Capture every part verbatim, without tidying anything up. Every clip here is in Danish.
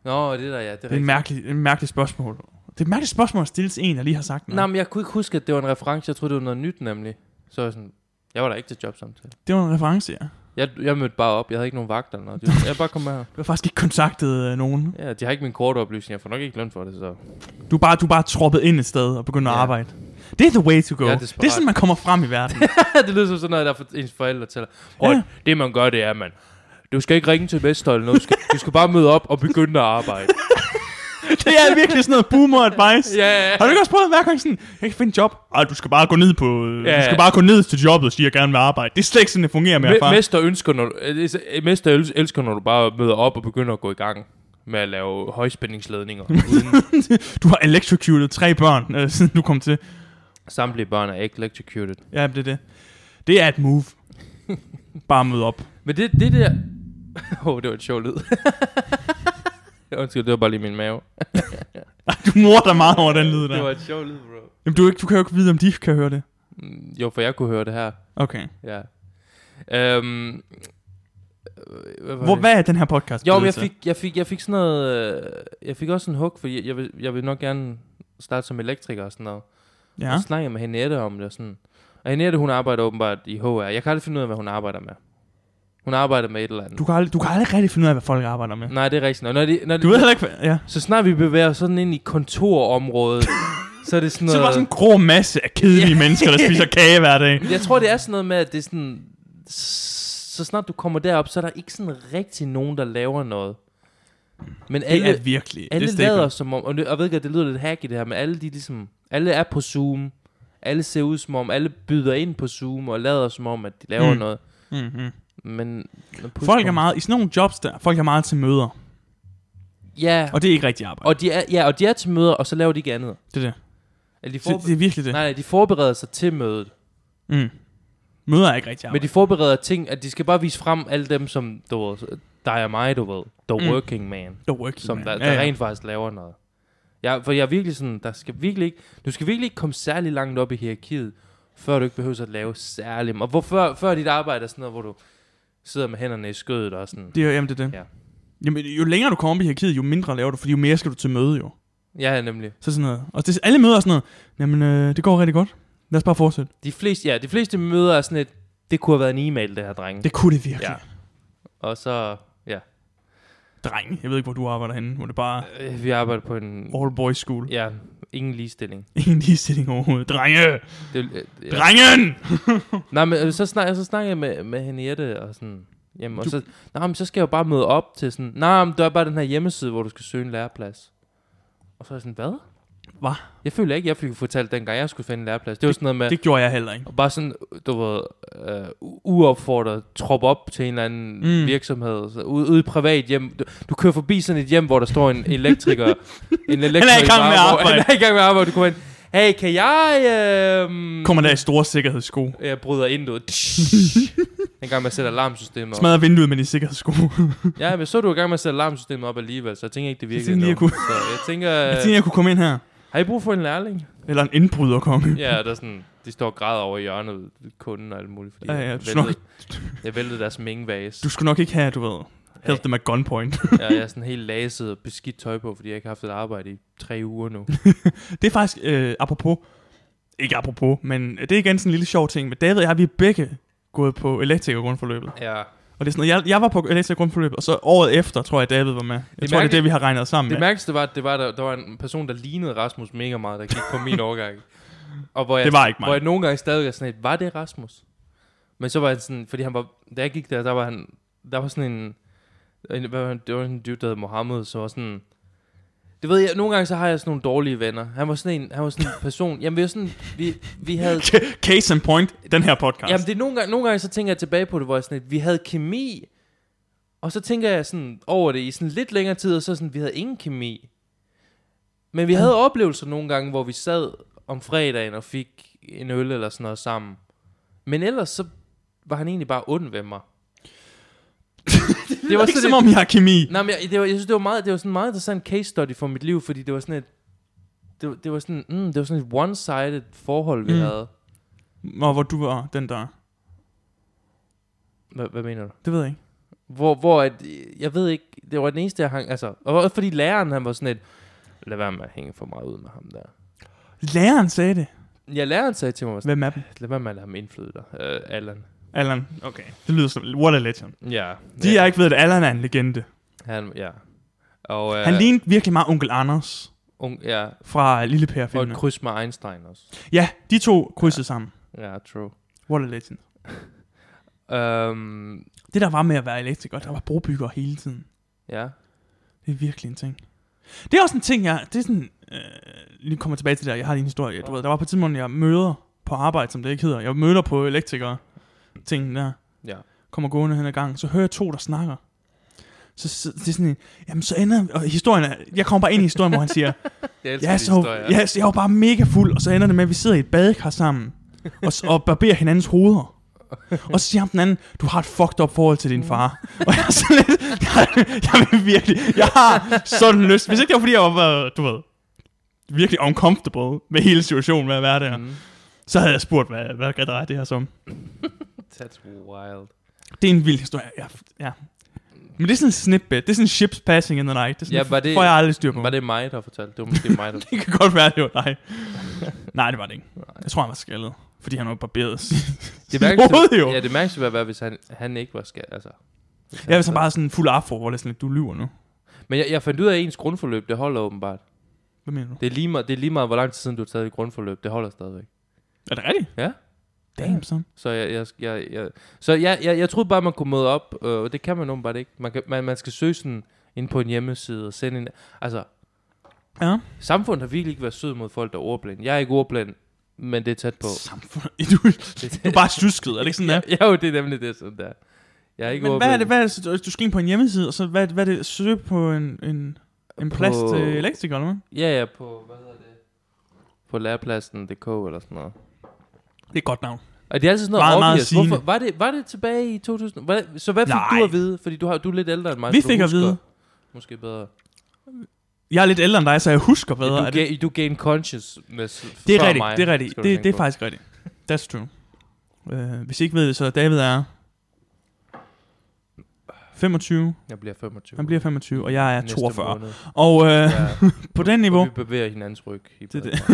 Nå, det der, ja. Det er, det er en mærkelig, en mærkelig spørgsmål. Det er et mærkeligt spørgsmål at stille til en, jeg lige har sagt noget. Nej, men jeg kunne ikke huske, at det var en reference. Jeg troede, det var noget nyt, nemlig. Så jeg sådan, jeg var der ikke til jobsamtale. Det var en reference, ja. Jeg, jeg mødte bare op. Jeg havde ikke nogen vagter eller noget. Jeg bare kom med her. Du har faktisk ikke kontaktet øh, nogen. Ja, de har ikke min kortoplysning. Jeg får nok ikke løn for det, så... Du er bare, du er bare troppet ind et sted og begyndt ja. at arbejde. Det er the way to go. Ja, det er sådan, man kommer frem i verden. Det lyder som sådan noget, der for ens forældre tæller. Prøv, ja. Det man gør, det er, man... Du skal ikke ringe til Vester eller noget. Du skal, du skal bare møde op og begynde at arbejde. Det er virkelig sådan noget boomer advice. Ja, ja, ja. Har du ikke også prøvet hver gang sådan, jeg kan finde en job? Ej, du skal bare gå ned på, ja, ja. Du skal bare gå ned til jobbet og sige, jeg gerne vil arbejde. Det er slet ikke sådan, det fungerer med erfaring. Mester ønsker, når du, mester elsker, når du bare møder op og begynder at gå i gang med at lave højspændingsledninger. Uden... Du har electrocuted tre børn, øh, siden du kom til. Samtlige børn er ikke electrocuted. Ja, det er det. Det er et move. Bare møde op. Men det, det der... Åh, oh, det var et sjovt lyd. Undskyld, det var bare lige min mave. Du morder meget over den lyd der. Det var et sjovt lyd, bro. Jamen, du, du kan jo ikke vide, om de kan høre det. Jo, for jeg kunne høre det her. Okay. Ja. Øhm, hvad, Hvor, hvad er den her podcast? Jo, men jeg fik, jeg, fik, jeg fik sådan noget... Øh, jeg fik også en hook, fordi jeg, jeg, vil, jeg vil nok gerne starte som elektriker og sådan noget. Ja. Og så snakkede jeg med Henriette om det og sådan. Og Henriette, hun arbejder åbenbart i H R. Jeg kan aldrig finde ud af, hvad hun arbejder med. Hun arbejder med et eller andet. Du kan aldrig, du kan aldrig rigtig finde ud af, hvad folk arbejder med. Nej, det er rigtigt. Når de, når de, du ved heller ikke, ja. Så snart vi bevæger os sådan ind i kontorområdet, så er det sådan noget... Så er det bare sådan en grå masse af kedelige mennesker, der spiser kage hver dag. Jeg tror, det er sådan noget med, at det er sådan... Så snart du kommer derop, så er der ikke sådan rigtig nogen, der laver noget. Men alle, det er virkelig... Alle det lader som om... Og jeg ved ikke, at det lyder lidt hacky det her, men alle de ligesom... Alle er på Zoom. Alle ser ud som om... Alle byder ind på Zoom og lader som om, at de laver mm. noget. Mm-hmm. Men folk er meget i sådan nogle jobs der. Folk er meget til møder. Ja. Og det er ikke rigtig arbejde. Og de er ja, og de er til møder, og så laver de ikke andet. Det er det. Eller de forber- det, det er virkelig det. Nej, de forbereder sig til mødet. Mm. Møder er ikke rigtig arbejde. Men de forbereder ting, at de skal bare vise frem alle dem som du ved, dig og mig, du ved, the mm. working man, the working som man. der, der ja, ja. rent faktisk laver noget. Ja, for jeg er virkelig sådan, der skal virkelig ikke, du skal virkelig ikke komme særlig langt op i hierarkiet, før du ikke behøver at lave særlig. Og hvor før, før dit arbejde er sådan noget, hvor du sidder med hænderne i skødet og sådan. Det er, jamen det er det. Ja. Jamen, jo længere du kommer op i hierarkiet, jo mindre laver du, fordi jo mere skal du til møde jo. Ja, nemlig. Så sådan noget. Og det, alle møder er sådan noget, jamen øh, det går rigtig godt. Lad os bare fortsætte. De fleste, ja, de fleste møder er sådan et, det kunne have været en e-mail, det her, drenge. Det kunne det virkelig. Ja. Og så, ja. Dreng, jeg ved ikke, hvor du arbejder henne, hvor det bare... Øh, vi arbejder på en... all boys school. Ja, ingen ligestilling. Ingen ligestilling overhovedet. Drenge! Det, øh, ja. Drengen! Nej, men så snakker så snak jeg med, med Henriette og sådan... Jamen, og så, nej, men så skal jeg jo bare møde op til sådan... Nej, men der er bare den her hjemmeside, hvor du skal søge en læreplads. Og så er jeg sådan, hvad? Hvad? Jeg føler ikke, jeg fik fortalt dengang, jeg skulle finde en læreplads. Det var sådan noget med... Det gjorde jeg heller ikke. Og bare sådan, du ved, øh, uopfordret, trop op til en eller anden mm. virksomhed. Så ude, ude i privat hjem. Du, du kører forbi sådan et hjem, hvor der står en elektriker. en elektriker han er i gang med at arbejde. Han er i gang med at arbejde. Du kommer ind. Hey, kan jeg... Øh, kommer der i store sikkerhedssko. Jeg bryder ind ud. En gang med at sætte alarmsystemet op. Smadrer vinduet med de sikkerhedssko. Ja, men så er du i gang med at sætte alarmsystemet op alligevel. Så jeg tænker ikke, det virker. Jeg tænker, jeg kunne, så jeg tænker... jeg tænker, jeg kunne komme ind her. Har I brug for en lærling? Eller en indbryderkonge. Ja, der er sådan, de står og græder over i hjørnet, kunden og alt muligt, fordi ja, ja, jeg, væltede, nok... jeg væltede deres mingvase. Du skulle nok ikke have, du ved, held dem at gunpoint. Ja, jeg er sådan helt laset og beskidt tøj på, fordi jeg ikke har haft et arbejde i tre uger nu. Det er faktisk, øh, apropos, ikke apropos, men det er igen sådan en lille sjov ting. Men David og jeg, vi er begge gået på elektrikergrundforløbet. Ja. Og det er sådan, jeg, jeg var på elektrikergrundforløbet, og så året efter, tror jeg, David var med. Jeg det tror, mærke, det er det, vi har regnet sammen det med. Det mærkeligste var, at det var, der, der var en person, der lignede Rasmus mega meget, der gik på min årgang. Og hvor jeg, det var ikke mig. Hvor jeg nogle gange stadig var sådan et, var det Rasmus? Men så var jeg sådan, fordi han var, da jeg gik der, der var han, der var sådan en, en hvad var han, det var en dude, der hed Mohammed, så var sådan, det ved jeg, nogle gange så har jeg sådan nogle dårlige venner. Han var sådan en, han var sådan en person, jamen vi var sådan, vi, vi havde... Case in point, den her podcast. Jamen det er nogle gange, nogle gange så tænker jeg tilbage på det, hvor jeg sådan et, vi havde kemi, og så tænker jeg sådan over det i sådan lidt længere tid, og så sådan, vi havde ingen kemi. Men vi havde oplevelser nogle gange, hvor vi sad om fredagen og fik en øl eller sådan noget sammen. Men ellers så var han egentlig bare ond ved mig. Det var ikke som om jeg har kemi. Nej, men jeg, det var, jeg synes det var meget, det var sådan en meget interessant case study for mit liv, fordi det var sådan et, det var, det var sådan, mm, det var sådan et one-sided forhold vi mm. havde. Og hvor du var den der. Hvad, hvad mener du? Det ved jeg ikke. Hvor, hvor at, jeg ved ikke, det var den eneste, jeg hang, altså, og også fordi læreren, han var sådan et, lad være med at hænge for meget ud med ham der. Læreren sagde det? Ja, læreren sagde til mig, sådan, hvem er dem? lad være med at lade ham indflyde dig, uh, Allan. Allan, okay. Det lyder som, what a legend. Ja. De ja. har ikke ved, at Allan er en legende. Han, ja. Og, uh, han lignede virkelig meget onkel Anders. Un, ja. Fra Lille Per Og filmen. et kryds med Einstein også. Ja, de to krydsede ja. sammen. Ja, true. What a legend. um, det der var med at være elektriker, der var brobygger hele tiden. Ja. Det er virkelig en ting. Det er også en ting, jeg... Det er sådan... Øh, lige kommer tilbage til det der. Jeg har lige en historie. Du ved, der var på et tidspunkt, jeg møder på arbejde, som det ikke hedder. Jeg møder på elektrikere. Tingen der. Ja. Kommer gående hen ad gang. Så hører jeg to, der snakker. Så, så det er sådan en... Jamen, så ender... Og historien er... Jeg kommer bare ind i historien, hvor han siger... jeg elsker ja, de så, historier. ja, så jeg var bare mega fuld. Og så ender det med, at vi sidder i et badekar sammen. og, og barberer hinandens hoveder. Og så siger han den anden, du har et fucked up forhold til din far. Og jeg er så lidt, jeg, jeg vil virkelig, jeg har sådan lyst. Hvis ikke det var fordi jeg var, du ved, virkelig uncomfortable med hele situationen med at være der, mm. så havde jeg spurgt, hvad, hvad det er det her som. That's wild. Det er en vild historie, ja, ja. Men det er sådan en snippet, det er sådan en ships passing in the night. Det er sådan, ja, var det, får jeg aldrig styr på. Var det mig, der fortalte? Det var måske mig, der det kan godt være, det var dig. Nej, det var det ikke. Jeg tror, han var skaldet. Fordi han var barberet det mærkes jo. Ja, det mærkes jo være, hvis han, han ikke var skaldet. Altså, hvis ja, hvis han bare sådan fuld afro, hvor det er sådan lidt, du lyver nu. Men jeg, jeg fandt ud af, at ens grundforløb, det holder åbenbart. Hvad mener du? Det er lige meget, det er lige meget hvor lang tid siden du har taget et grundforløb. Det holder stadigvæk. Er det rigtigt? Ja. Damn, son. Så jeg, jeg, jeg, jeg, så jeg, jeg, jeg troede bare, man kunne møde op, øh, og det kan man åbenbart ikke. Man, kan, man, man skal søge sådan ind på en hjemmeside og sende en... Altså, ja. Samfundet har virkelig ikke været sød mod folk, der er ordblind. Jeg er ikke ordblind, men det er tæt på. Samfundet? Du, du er bare sysket, er det ikke sådan der? Ja, jo, det er nemlig det sådan der. Jeg er ikke men ordblind. hvad er det, hvad er det, du skal ind på en hjemmeside, og så hvad, hvad er det, søge på en, en, en på, plads til elektriker, eller hvad? Ja, ja, på, hvad hedder det? På lærepladsen punktum d k eller sådan noget. Det er et godt navn. Og det er altid sådan noget meget, obvious. meget Hvorfor, var, det, var det tilbage i to tusind? Hvad, så hvad fik Nej. du at vide? Fordi du, har, du er lidt ældre end mig. Vi så fik du at vide. Måske bedre. Jeg er lidt ældre end dig, så jeg husker bedre. Ja, du, er det? Ga- du gain consciousness det er før rigtigt, mig, det er rigtigt. Det, det er faktisk rigtigt. That's true. Uh, hvis I ikke ved det, så David er femogtyve. Jeg bliver femogtyve. Han bliver femogtyve, og jeg er Næste toogfyrre. måned. Og uh, Ja. på den niveau... Og vi bevæger hinandens ryg. I det, det.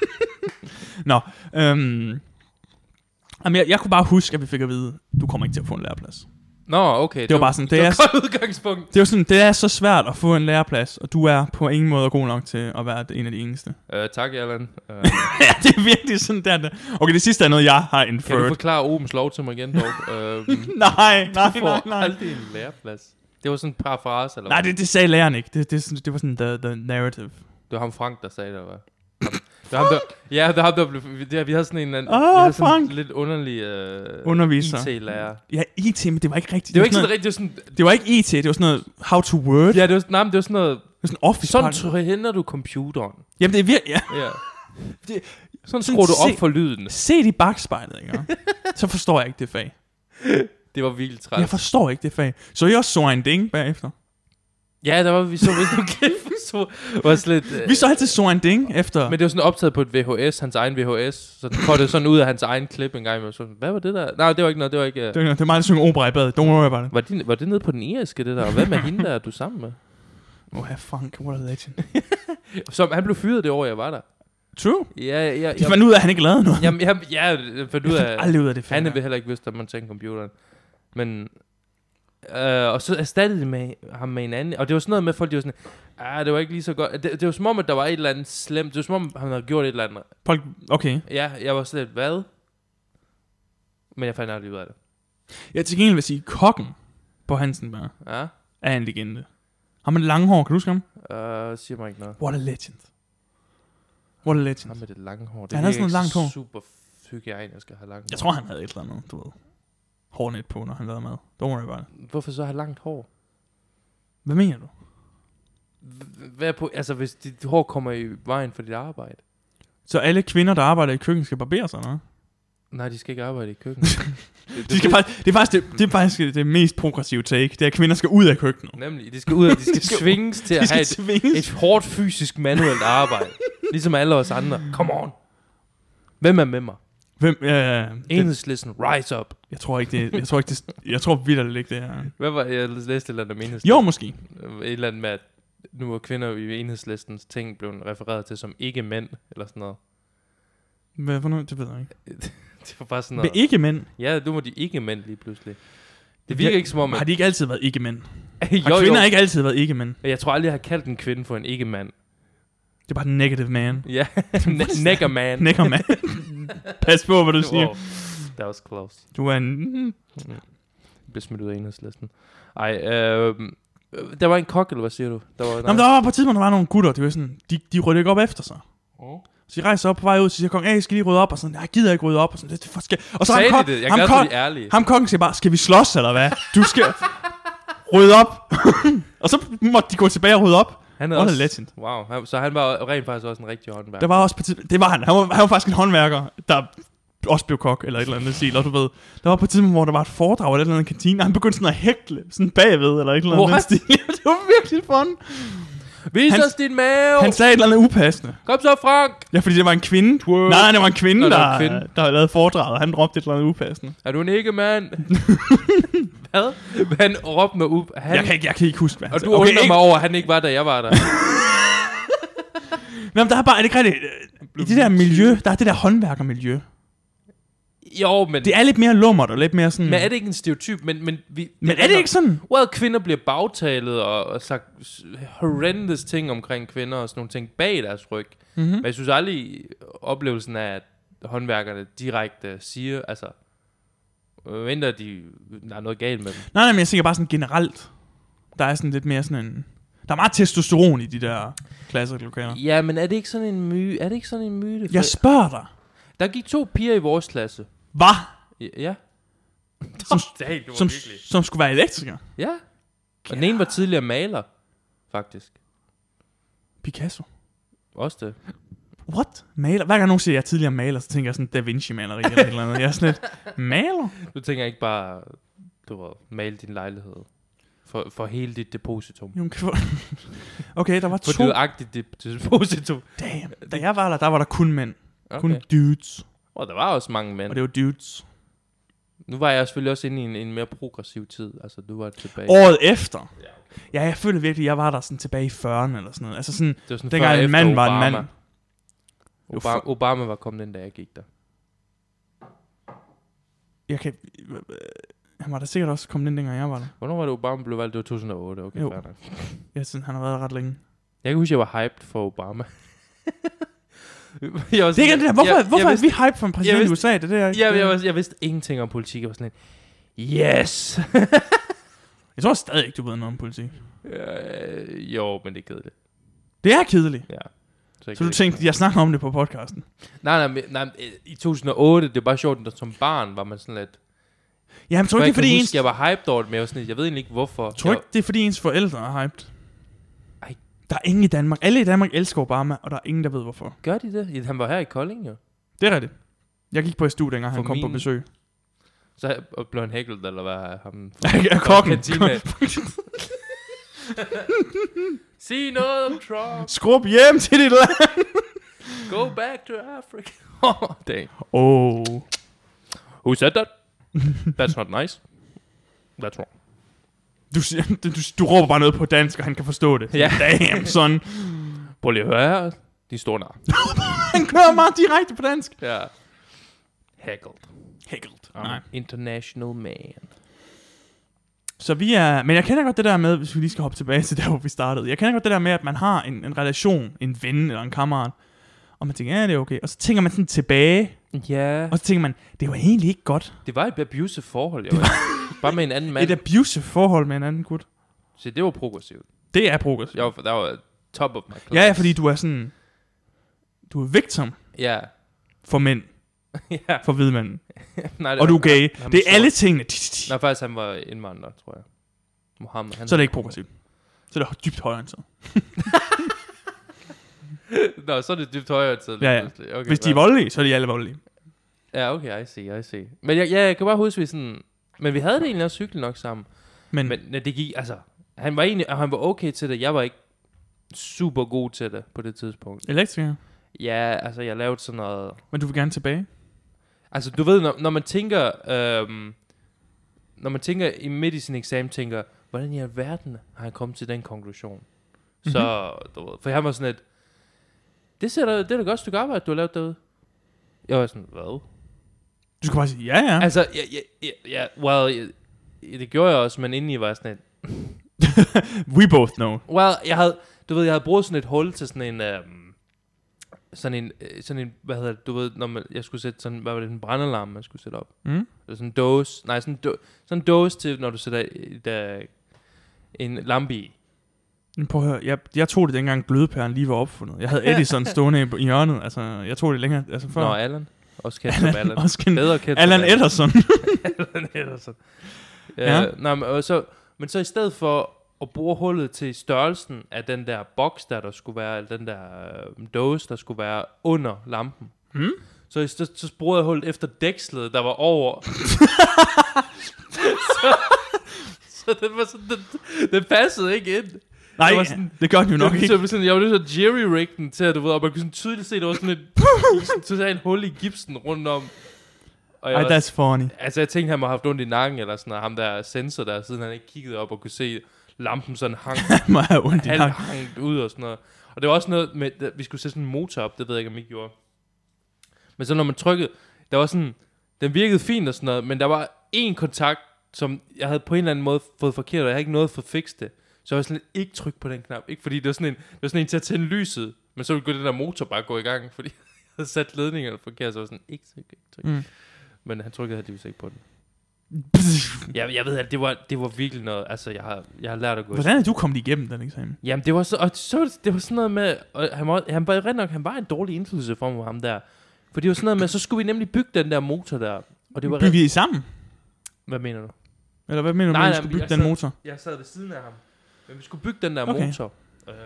Nå, øhm, jamen jeg, jeg kunne bare huske, at vi fik at vide, du kommer ikke til at få en læreplads. Nå, okay. Det var bare sådan, det, det er, er godt udgangspunkt. det er sådan, det er så svært at få en læreplads, og du er på ingen måde god nok til at være en af de eneste. Uh, tak, Allan. Uh, ja, det er virkelig sådan der, der. Okay, det sidste er noget, jeg har indført. kan du forklare Ohms lov til mig igen, dog? uh, nej, nej, du får nej, nej. aldrig en læreplads. Det var sådan en parafrase, eller Nej, hvad? det, det sagde læreren ikke. Det, det, det var sådan the, the narrative. Det var ham Frank, der sagde det, eller hvad? Det var ham, der, ja, det var ham, der blev... Det, vi havde sådan en, en Åh, vi havde sådan Frank. lidt underlig uh, Underviser. I T-lærer. Ja, I T, men det var ikke rigtigt. Det var ikke sådan sådan rigtigt, det var sådan... Det var ikke I T, det var sådan noget how to word. Ja, det var, nej, men det var sådan noget... Det var sådan office Sådan part. træner du computeren. Jamen, det er virkelig... Ja. Ja. Det, Sådan skruer du se- op for lyden. Se det i bagspejlet, ikke? Så forstår jeg ikke det fag. Det var vildt træt. Jeg forstår ikke det fag. Så I også så en ding bagefter? Ja, der var vi så... Hvis du kæft, vi så... Var slet, øh, Vi så altid så en ding efter... Men det var sådan optaget på et V H S, hans egen V H S. Så den kortede sådan ud af hans egen klip en gang. Og så, hvad var det der? Nej, det var ikke noget. Det var ikke... Uh... Det var, det var mig, der synger opera i badet. Don't worry about it. Var det, var det nede på den iriske, det der? Og hvad med hende der, er du sammen med? Oh, have Frank, what a legend. Så han blev fyret det år, jeg var der. True. Ja, ja, ja. De fandt ud af, at han ikke lavede noget. Jamen, jeg, ja, jeg fandt ud Jeg af... fandt aldrig ud af det fag. Han ville heller ikke vidste, at man tænkte computeren. Men... Øh, og så erstattede de med ham med en anden. Og det var sådan noget med folk, de var sådan... Ah, det var ikke lige så godt. Det, det var som om, at der var et eller andet slemt. Det var som om, han havde gjort et eller andet. Folk, okay. Ja, jeg var slet, hvad? Men jeg fandt aldrig ud af det. Jeg til gengæld vil sige, kokken på Hansenberg Ja? er en legende. Har man lange hår, kan du huske ham? Øh, siger mig ikke noget. What a legend. What a legend. Ham med det lange hår. Det Han havde virker sådan ikke noget langt hår. super hygiejnisk at have langt hår. Jeg tror, han havde et eller andet, du ved. Hårnet på, når han lavede mad. Don't worry about it. Hvorfor så have langt hår? Hvad mener du? H- Hvad er på, altså hvis dit hår kommer i vejen for dit arbejde? Så alle kvinder, der arbejder i køkken, skal barbere sig, eller? Nej, de skal ikke arbejde i køkkenet. det, De skal faktisk, det, er faktisk det, det er faktisk det mest progressive take. Det er, at kvinder skal ud af køkkenet. Nemlig, de skal ud og de skal, De skal tvinges til De at skal have et, tvinges. et hårdt fysisk manuelt arbejde. Ligesom alle os andre. Come on. Hvem er med mig? Hvem? Ja, ja, Enhedslisten, rise up. Jeg tror ikke det. Jeg tror ikke det. Jeg tror vildt ikke det her. Hvad var jeg læste et eller andet om Enhedslisten? Jo, måske. Et eller andet med, at nu er kvinder i Enhedslistens ting blevet refereret til som ikke mænd, eller sådan noget. Hvad for noget? Det ved jeg ikke. Det var bare sådan Med noget. ikke mænd? Ja, nu var de ikke mænd lige pludselig. Det virker ikke som om, at... Har de ikke altid været ikke mænd? jo, Har kvinder jo. ikke altid været ikke mænd? Jeg tror aldrig, jeg har kaldt en kvinde for en ikke-mand. Det er bare den negative man. Ja, nigger man. Nigger man. Pas på, hvad du siger. Wow. That was close. Du er en... Blev smidt ud af Enhedslisten. Ej, øh, der var en kok, eller hvad siger du? Der var, Nå, men der var på et tidspunkt, der var nogle gutter, de var sådan, de, de rydde ikke op efter sig. Oh. Så de rejser op på vej ud, så siger kongen, jeg skal lige rydde op, og sådan, jeg gider ikke rydde op, og sådan, det, det for skal... Og så Sagde ham, de det? Jeg er ham, glad for, kok, de er ærlige. ham kokken siger bare, skal vi slås, eller hvad? Du skal rydde op. Og så måtte de gå tilbage og rydde op. Han er What a også, legend. wow, han, så han var rent faktisk også en rigtig håndværker. Der var også på tid, det var han. Han var, han var faktisk en håndværker, der også blev kok, eller et eller andet stil, og du ved. Der var på et tidspunkt, hvor der var et foredrag eller et eller andet kantine, og han begyndte sådan at hækle, sådan bagved, eller et eller andet What? stil. Det var virkelig fun. Vis Han- os din mave! Han sagde et eller andet upassende. Kom så, Frank! Ja, fordi det var en kvinde. Twerk. Nej, nej, det var en kvinde, Nå, det var der, en kvinde. der havde lavet foredraget, og han råbte et eller andet upassende. Er du en ikke-mand? Hvad? Han råbte mig up. Han, Jeg kan, ikke, jeg kan ikke huske, hvad han og sagde. du Okay, undrer ikke- mig over, at han ikke var der, jeg var der. Men der er bare, er det ikke rigtigt? I det der miljø, der er det der håndværkermiljø. Jo, men... Det er lidt mere lummert og lidt mere sådan... Men er det ikke en stereotyp? Men, men, vi, men er det ikke sådan? Well, kvinder bliver bagtalet og, og sagt horrendous ting omkring kvinder og sådan nogle ting bag deres ryg. Mm-hmm. Men jeg synes aldrig oplevelsen af, at håndværkerne direkte siger, altså, mindre de, der er noget galt med dem. Nej, nej, men jeg tænker bare sådan generelt. Der er sådan lidt mere sådan en... Der er meget testosteron i de der klasselokaler. Ja, men er det ikke sådan en myte? Er det ikke sådan en myte? Jeg spørger dig. Der gik to piger i vores klasse. Hvad? Ja. ja. Som, Dang, det var som, virkelig. som skulle være elektriker? Ja. Og den ene var tidligere maler, faktisk. Picasso? Også det. What? Maler? Hver gang nogen siger, at jeg er tidligere maler, så tænker jeg sådan Da Vinci-maleri eller et eller andet. Jeg er sådan lidt, maler? Du tænker ikke bare, du ved, male din lejlighed. For, for hele dit depositum. Jo, kan få- okay, der var For to. dit agtigt dep- depositum. Damn. Da jeg var der, der var der kun mænd. Okay. Kun dudes. Og der var også mange mænd. Og det var dudes. Nu var jeg selvfølgelig også inde i en, en mere progressiv tid. Altså, du var tilbage. Året efter. Ja, jeg føler virkelig, jeg var der sådan tilbage i fyrrerne eller sådan noget. Altså sådan, Det var sådan dengang før en efter mand var en Obama. mand. Obama, Obama var kommet ind, da jeg gik der. Jeg kan... Han var da sikkert også kommet ind, dengang jeg var der. Hvornår var det, Obama blev valgt? Det var to tusind og otte. Okay, Jo. fair nok. Jeg synes, han har været der ret længe. Jeg kan huske, jeg var hyped for Obama. jeg var sådan, Det er ikke det der. Hvorfor, jeg, hvorfor jeg er vi hype for en præsident jeg i U S A? Det er det, jeg, vidste, jeg, det, jeg, var, jeg vidste ingenting om politik. Jeg var sådan lidt, yes! jeg tror stadig ikke, du ved noget om politik. øh, jo, men det er kedeligt. Det er kedeligt. Ja. Så, jeg Så kan du ikke- tænkte, jeg snakker om det på podcasten. Nej, nej, men- nej, i to tusind og otte, det er bare sjovt, at som barn var man sådan lidt... Ja, men tror Jeg ikke, det er kan fordi huske, ens... jeg var hyped over det, men jeg var sådan lidt, jeg ved egentlig ikke, hvorfor. Tror jeg, ikke, det er fordi ens forældre er hyped. Ej. Der er ingen i Danmark. Alle i Danmark elsker Obama, og der er ingen, der ved hvorfor. Gør de det? Ja, han var her i Kolding, jo. Det er rigtigt. Jeg gik på S D U, dengang For han kom på min- besøg. Så og blev han hæklet, eller hvad? Ham Ja, kokken. kantine. Sig noget om Trump. Skrub hjem til dit land. Go back to Africa. Oh, dang. Oh. Who said that? That's not nice. That's wrong. Du, siger, du, du, du råber bare noget på dansk, og han kan forstå det. Ja. Damn, son. Prøv lige at høre her. De står nar. Han kører meget direkte på dansk. Ja. Heckled. Hækkelt. I'm Nej. an international man. Så vi er... Men jeg kender godt det der med, hvis vi lige skal hoppe tilbage til der, hvor vi startede. Jeg kender godt det der med, at man har en, en relation, en ven eller en kammerat. Og man tænker, ja, det er okay. Og så tænker man sådan tilbage. Ja. Og så tænker man, det var egentlig ikke godt. Det var et abusive forhold, jo. Bare med en anden mand. Et abusive forhold med en anden gut. Så det var progressivt. Det er progressivt. Jeg var, der var top of my class. Ja, ja, fordi du er sådan... Du er victim Ja. for mænd. Ja. For hvide mænd. Nej, det Og du er var- gay. han- han Det var er alle sort. tingene. Nej, faktisk han var indvandrer, tror jeg. Mohammed. Han Så er det ikke progressivt. Så er det dybt højreorienteret. Nå, så er det dybt højere til. Ja, ja. Okay, Hvis de er fair. voldelige, så er de alle voldelige. Ja, okay, I see, I see. Men jeg, ja, jeg kan bare huske, vi sådan... Men vi havde det egentlig også hyggeligt nok sammen. Men, Men når det gik, altså... Han var egentlig, og han var okay til det. Jeg var ikke super god til det på det tidspunkt. elektriker. Ja, altså jeg lavede sådan noget... Men du vil gerne tilbage. Altså, du ved, når, når man tænker... Øhm, når man tænker i midt i sin eksamen, tænker, hvordan i alverden har han kommet til den konklusion? Mm-hmm. Så, du ved, for han var sådan et... Det, ser da, det er da godt stykke arbejde, du har lavet derude. Jeg var sådan, hvad? Du skulle bare sige, ja, ja. Altså, ja, ja, ja, ja well, ja, det gjorde jeg også, men inden I var sådan et... We both know. Well, jeg havde, du ved, jeg havde brugt sådan et hul til sådan en... Øhm, sådan en, sådan en, hvad hedder det, du ved, når man, jeg skulle sætte sådan, hvad var det, en brandalarm, man skulle sætte op. Mm. Eller sådan en dåse, nej, sådan en, do, sådan en dåse til, når du sætter der, en lampe i. Prøv at høre, jeg, jeg tog det dengang glødepæren lige var opfundet. Jeg havde Edison stående i, i hjørnet, altså, jeg tog det længere, altså før. Nå, Allan. Også kendt som Allan. Også kendt. Bedre kendt Allan som Edison. Allan Edison. Ja. Uh, nej, men så, men så i stedet for at bruge hullet til størrelsen af den der boks, der der skulle være, eller den der øh, dåse, der skulle være under lampen. Hmm? Så i stedet så brugede jeg hullet efter dækslet, der var over. så, så det var sådan, det, det passede ikke ind. Nej, det, var sådan, det gør den jo nok det, ikke. Så, sådan, jeg var nødt til at jerry-rig den til, at du ved, og man kunne sådan tydeligt se, at der var sådan et sådan en hul i gipsen rundt om. Ej, that's funny. Altså, jeg tænkte, han må have haft ondt i nakken, eller sådan, og ham der sensor der, siden han ikke kiggede op og kunne se lampen sådan hang. Han må have ondt i nakken. hang ud og sådan noget. Og det var også noget med, at vi skulle sætte sådan en motor op, det ved jeg ikke, om I gjorde. Men så når man trykkede, der var sådan, den virkede fint og sådan noget, men der var én kontakt, som jeg havde på en eller anden måde fået forkert, og jeg havde ikke noget for at fikse det. Så jeg var sådan lidt, ikke tryk på den knap. Ikke fordi det var sådan en, det var sådan en til at tænde lyset, men så ville den der motor bare gå i gang, fordi jeg havde sat ledningerne forkert, så jeg var sådan, ikke tryk, ikke tryk. Mm. Men han trykkede heldigvis ikke på den. jeg, jeg ved at det var det var virkelig noget. Altså jeg har jeg har lært at gå. Hvordan er du kommet igennem den eksamen? Jamen det var så, og så det var sådan noget med, og han var han var ret nok han var en dårlig indflydelse for mig ham der. For det var sådan noget med, så skulle vi nemlig bygge den der motor der, og det var bygge I sammen? Hvad mener du? Eller hvad mener du, nej, at vi nej, skulle bygge den sad, motor? Jeg sad ved siden af ham. Men vi skulle bygge den der okay. motor. Øhm,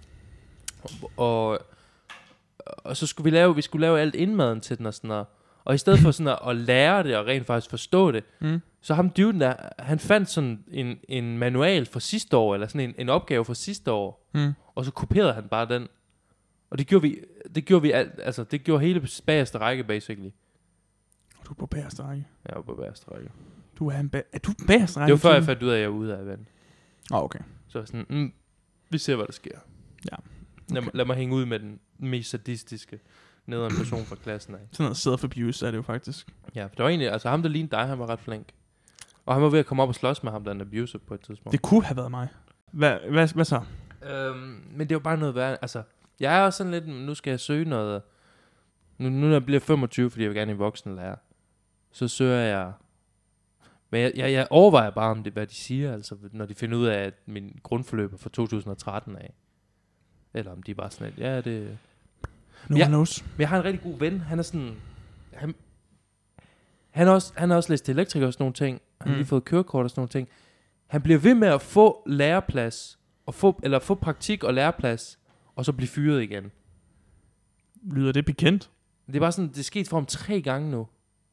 og, og og så skulle vi lave vi skulle lave alt indmaden til den og sådan noget. Og i stedet for sådan at, at lære det og rent faktisk forstå det, mm. så ham dyven der, han fandt sådan en, en manual fra sidste år, eller sådan en, en opgave fra sidste år, mm. og så kopierede han bare den. Og det gjorde vi, det gjorde vi alt, altså det gjorde hele bagerste række basically. Du er på bagerste række? Jeg var på bagerste række. Du er en ba- er du bagerste række? Det var før jeg fandt ud af, at jeg var ude af vand. Ah, okay. Så sådan, mm, vi ser hvad der sker. Ja. Okay. Lad, lad mig hænge ud med den mest sadistiske nederen person fra klassen af. Sådan noget self-abuse er det jo faktisk. Ja, det var egentlig, altså ham der lignede dig, han var ret flink. Og han var ved at komme op og slås med ham, der en abuser på et tidspunkt. Det kunne have været mig. Hvad, hvad, hvad så? Øhm, men det var bare noget værd. Altså, jeg er også sådan lidt, nu skal jeg søge noget. Nu, nu når jeg bliver femogtyve, fordi jeg vil gerne i voksenlærer, så søger jeg. Men jeg, jeg, jeg overvejer bare, om det, hvad de siger, altså, når de finder ud af, at min grundforløb er fra to tusind og tretten af. Eller om de bare sådan lidt, ja, det... No ja, one knows. Men jeg har en rigtig god ven. Han er sådan... Han, han, har også, han har også læst til elektriker og sådan nogle ting. Han mm. har lige fået kørekort og sådan nogle ting. Han bliver ved med at få læreplads, og få, eller få praktik og læreplads, og så blive fyret igen. Lyder det bekendt? Det er bare sådan, det er sket for ham tre gange nu.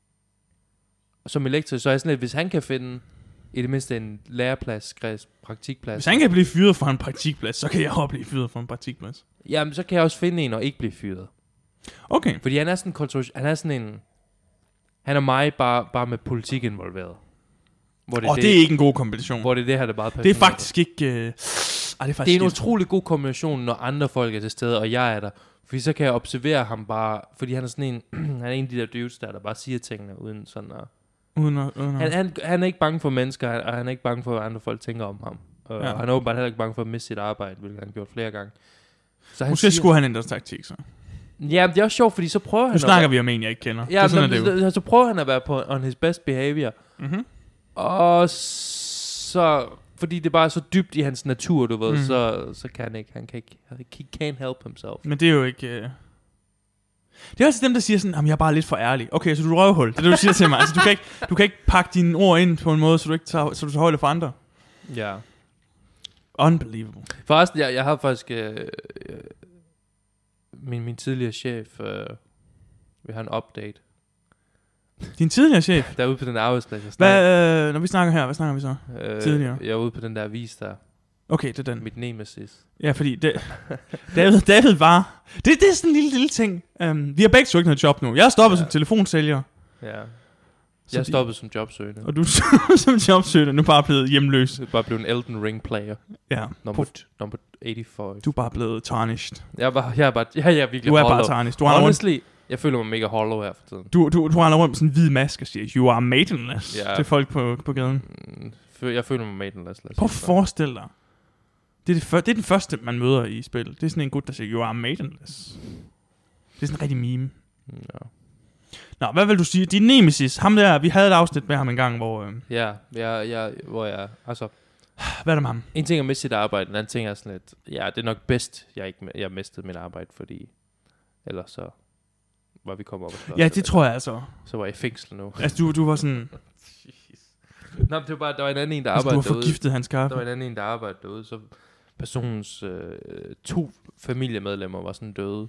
Og som elektriker, så er jeg sådan lidt, hvis han kan finde i det mindste en læreplads, praktikplads. Hvis han kan blive fyret for en praktikplads, så kan jeg også blive fyret for en praktikplads. Jamen, så kan jeg også finde en og ikke blive fyret. Okay. Fordi han er sådan kontro- han er sådan en... Han er mig bare, bare med politik involveret. Hvor det, oh, det, det er ikke en god kombination. Hvor det er det her, der bare... Det er faktisk ikke... Uh... Ej, det er, faktisk det er en utrolig god kombination, når andre folk er til stede, og jeg er der. Fordi så kan jeg observere ham bare... Fordi han er sådan en... han er en af de der dudes der, der bare siger tingene uden sådan at... Uden at, uden at. Han, han, han er ikke bange for mennesker, og han er ikke bange for, hvad andre folk tænker om ham. Og ja. Han er åbenbart heller ikke bange for at miste sit arbejde, hvilket han har gjort flere gange. Så han Måske siger, skulle han ændre taktik, så. Ja, det er også sjovt, fordi så prøver han... Nu snakker vi om en, jeg ikke kender. Ja, det sådan, men, det så prøver han at være på on his best behavior. Mm-hmm. Og så... Fordi det er bare så dybt i hans natur, du ved, mm. så, så kan han ikke... Han kan ikke... He can't help himself. Men det er jo ikke... Uh... Det er også dem, der siger sådan, jamen jeg er bare lidt for ærlig. Okay, så du er røvhul. Det er det, du siger til mig. Altså, du kan ikke, du kan ikke pakke dine ord ind på en måde, så du ikke tager, så du tager højde for andre. Ja. Unbelievable. Forresten, jeg, jeg har faktisk... Øh, øh, min, min tidligere chef... Øh, vi har en update. Din tidligere chef? Der er ude på den arbejdsplads. Hvad, øh, når vi snakker her, hvad snakker vi så? Øh, tidligere? Jeg er ude på den der avis der. Okay, det er den. Mit nemesis. Ja, fordi det, David, David var... Det, det er sådan en lille, lille ting. Um, vi har begge så ikke noget job nu. Jeg har stoppet ja. som telefonsælger. Ja. Så Jeg de- stoppede som jobsøgende. Og du som jobsøgende, nu er bare blevet hjemløs. Jeg er bare blevet en Elden Ring player. Ja, Number, På- number eighty-five. du er bare blevet tarnished. Jeg er bare, jeg er bare, jeg, jeg er virkelig Du er hollow. bare tarnished. Du har rundt, Honestly, jeg føler mig mega hollow her for tiden. du, du, du har rundt med sådan en hvid maske og siger, you are maidenless, Ja. til folk på, på gaden. Mm, fø- Jeg føler mig maidenless. lad os Prøv at sige det forestille dig. Det er, det, før, det er den første, man møder i spil. Det er sådan en gut, der siger, you are maidenless. Det er sådan en rigtig meme. sådan. Ja. Nå, hvad vil du sige? Din nemesis, ham der, vi havde et afsnit med ham en gang, hvor... Øh, Ja, jeg, jeg, hvor jeg, altså, hvad er der med ham? en ting er at miste sit arbejde, en anden ting er sådan lidt, ja, det er nok bedst, jeg ikke, jeg mistede mit arbejde, fordi ellers så var vi kommet op og slås. Ja, det tror jeg altså. Så var jeg i fængsel nu. Altså, du, du var sådan... Nå, det var bare, der var en anden en, der Altså, du arbejdede har derude. forgiftet hans Der var kaffe. en anden en, der arbejdede derude, så personens øh, to familiemedlemmer var sådan døde,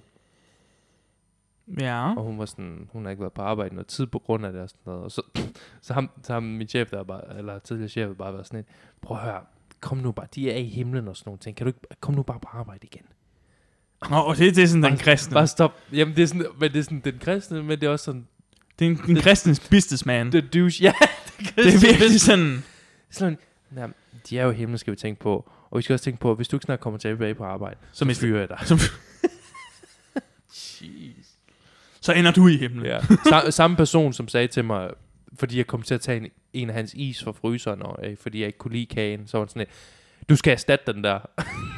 Ja. og hun var sådan, hun har ikke været på arbejde noget tid på grund af det og sådan noget, og så, så ham, så ham min chef der bare, eller tidligere chef bare været sådan et, prøv at høre, kom nu bare, de er i himlen og sådan nogle ting, kan du ikke, kom nu bare på arbejde igen. Nå, og det, det er sådan den kristne. Bare stop. Jamen det er sådan, men det er sådan den kristne, men det er også sådan Det er en, en kristens businessman. the douche. Ja, det, Det er virkelig sådan... sådan. Jamen, de er jo i himlen, skal vi tænke på. Og vi skal også tænke på, at hvis du ikke snart kommer tilbage på arbejde, så mister- fyrer jeg dig. Som, Jeez. så ender du i himlen. Ja. Sam, samme person, som sagde til mig, fordi jeg kom til at tage en, en af hans is fra fryseren, og, øh, fordi jeg ikke kunne lide kagen, så var han sådan et, du skal erstatte den der.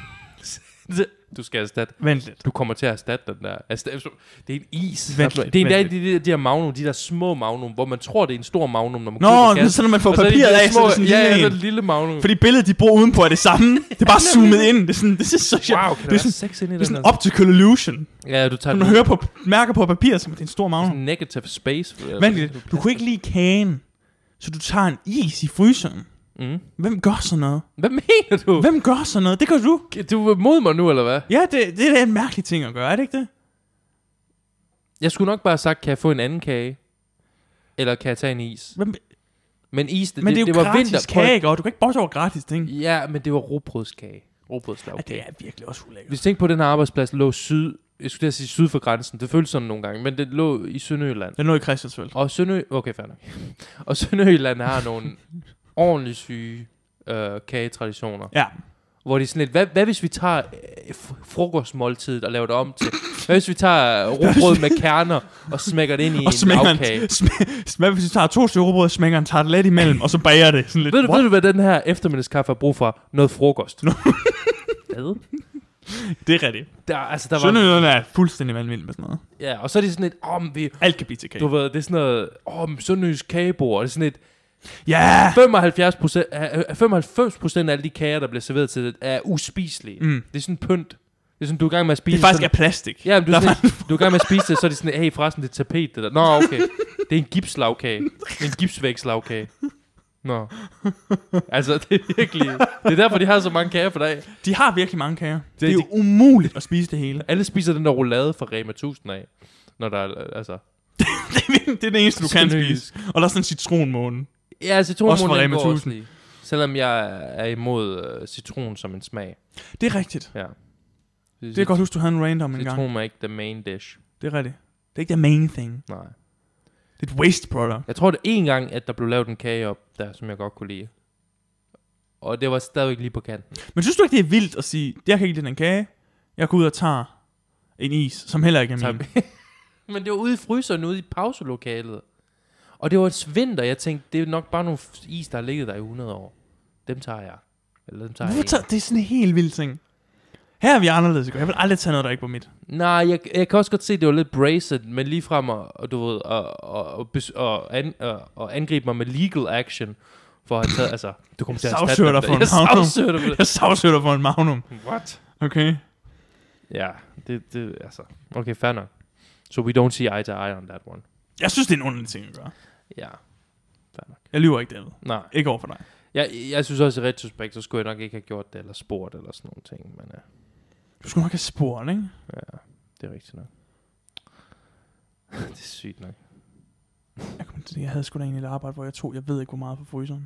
Du skal erstatte. Vent lidt. Du kommer til at erstatte den der. Erstatte, det er en is. Vent Altså, lidt, det er vent endda de, de, de her magnum, de der små magnum, hvor man tror, det er en stor magnum, når man Nå, køber kassen. så når man får Og så er det papiret de der af, så er det sådan en ja, lille ja, en. sådan en lille magnum. Fordi billedet, de bruger udenpå, er det samme. Det er bare zoomet ind. Det er sådan, det er så sjovt. Wow, kan det der er være sådan, sex ind i det er den? sådan altså? optical illusion. Ja, du tager Når du hører på mærker på papir, så er det en stor magnum. sådan negative space. Vent lidt. Du kunne ikke lide kagen, så du tager en is i fryseren. Mm. Hvem gør sådan noget? Hvad mener du? Hvem gør sådan noget? Det gør du. Du er mod mig nu, eller hvad? Ja, det, det er en mærkelig ting at gøre, er det ikke det? Jeg skulle nok bare have sagt, kan jeg få en anden kage? Eller kan jeg tage en is? Hvem, Men is, det, men det er jo det var gratis vinter. kage, ikke? Og du kan ikke bortse over gratis ting. Ja, men det var robrødskage. Robrødslagkage. Ja, det er virkelig også ulækkert. Hvis du tænker på, at den her arbejdsplads lå syd, jeg skulle til at sige syd for grænsen, det føltes sådan nogle gange, men det lå i Sønderjylland. Den lå i Christiansfeld. Og Sønderjylland, okay, fair nok. Og Sønderjylland har nogle ordentligt syge øh, kagetraditioner, Ja. hvor de er sådan lidt, hvad, hvad hvis vi tager øh, f- frokostmåltidet og laver det om til, hvad hvis vi tager rugbrød med kerner og smækker det ind i Og en smækker lavkage? en, sm- hvad hvis du tager to stykker rugbrød, smækker en tartelet imellem, og så bager det sådan lidt. Ved du, What? ved du, hvad den her eftermiddagskaffe har brug for? Noget frokost. Hvad? Det er rigtigt. Der, altså, der var, Sønderjylland er fuldstændig vanvittigt med sådan noget. ja, og så er det sådan et, om oh, vi, Alt kan blive til kage. du ved, det er sådan noget, åh, oh, sønderjysk kagebord, og det er sådan et, Ja! femoghalvfjerds procent, femoghalvfems procent af alle de kager, der bliver serveret til det, er uspiselige. Mm. Det er sådan pynt. Det er sådan, du er i gang med at spise Det er faktisk sådan, af plastik. ja, men du, er Der sådan, du er i gang med at spise det, så er det sådan, hey, forresten, det er tapet, det der. Nå, okay. Det er en gipslagkage. Det er en gipsvægslagkage. Nå. Altså, det er virkelig, det er derfor, de har så mange kager for dag. De har virkelig mange kager. Det, det er de- jo umuligt at spise det hele. Alle spiser den der roulade fra Rema tusind af. Når der er, altså... det, er, det er det eneste, du kan Sønderjysk. spise. Og der er sådan en citronmåne. Ja, citronmåne Også fra den Rema går også tusind. lige. Selvom jeg er imod uh, citron som en smag. Det er rigtigt. Ja. Det er godt huske, du havde en random en gang. Citron er ikke the main dish. Det er rigtigt. Det er ikke the main thing. Nej. Det er et waste product. Jeg tror det er en gang, at der blev lavet en kage op der, som jeg godt kunne lide. Og det var stadigvæk lige på kanten. Men synes du ikke, det er vildt at sige, jeg kan ikke lide den kage, jeg går ud og tager en is, som heller ikke er min. Så- Men det var ude i fryseren, ude i pauselokalet. Og det var et vinter, jeg tænkte, det er nok bare nogle f- is, der har ligget der i hundrede år. Dem tager jeg. Eller dem tager Hvorfor jeg tager, det er sådan en helt vild ting. Her er vi anderledes, ikke? Jeg vil aldrig tage noget, der ikke var mit. Nej, jeg, jeg kan også godt se, at det var lidt braced, men lige frem og, og du ved, og, og, og, bes- og, an, og, og angribe mig med legal action, for at have taget, altså, du kommer til at erstatte sagsøger dem dig der. for en Jeg magnum. sagsøger dig for det. Jeg sagsøger dig for en magnum. What? Okay. Ja, det, det, altså, okay, fair nok. So we don't see eye to eye on that one. Jeg synes, det er en underlig ting at gøre. Ja, fair nok. Jeg lyver ikke, David. Nej, Ikke over for dig. jeg, jeg synes også i retrospekt, så skulle jeg nok ikke have gjort det, eller spurgt, eller sådan nogle ting, men ja, Du skulle nok have spurgt, ikke? ja det er rigtigt nok. Det er sygt nok. Jeg, kom til det. Jeg havde sgu da egentlig et arbejde, hvor jeg tog, jeg ved ikke, hvor meget på fryseren.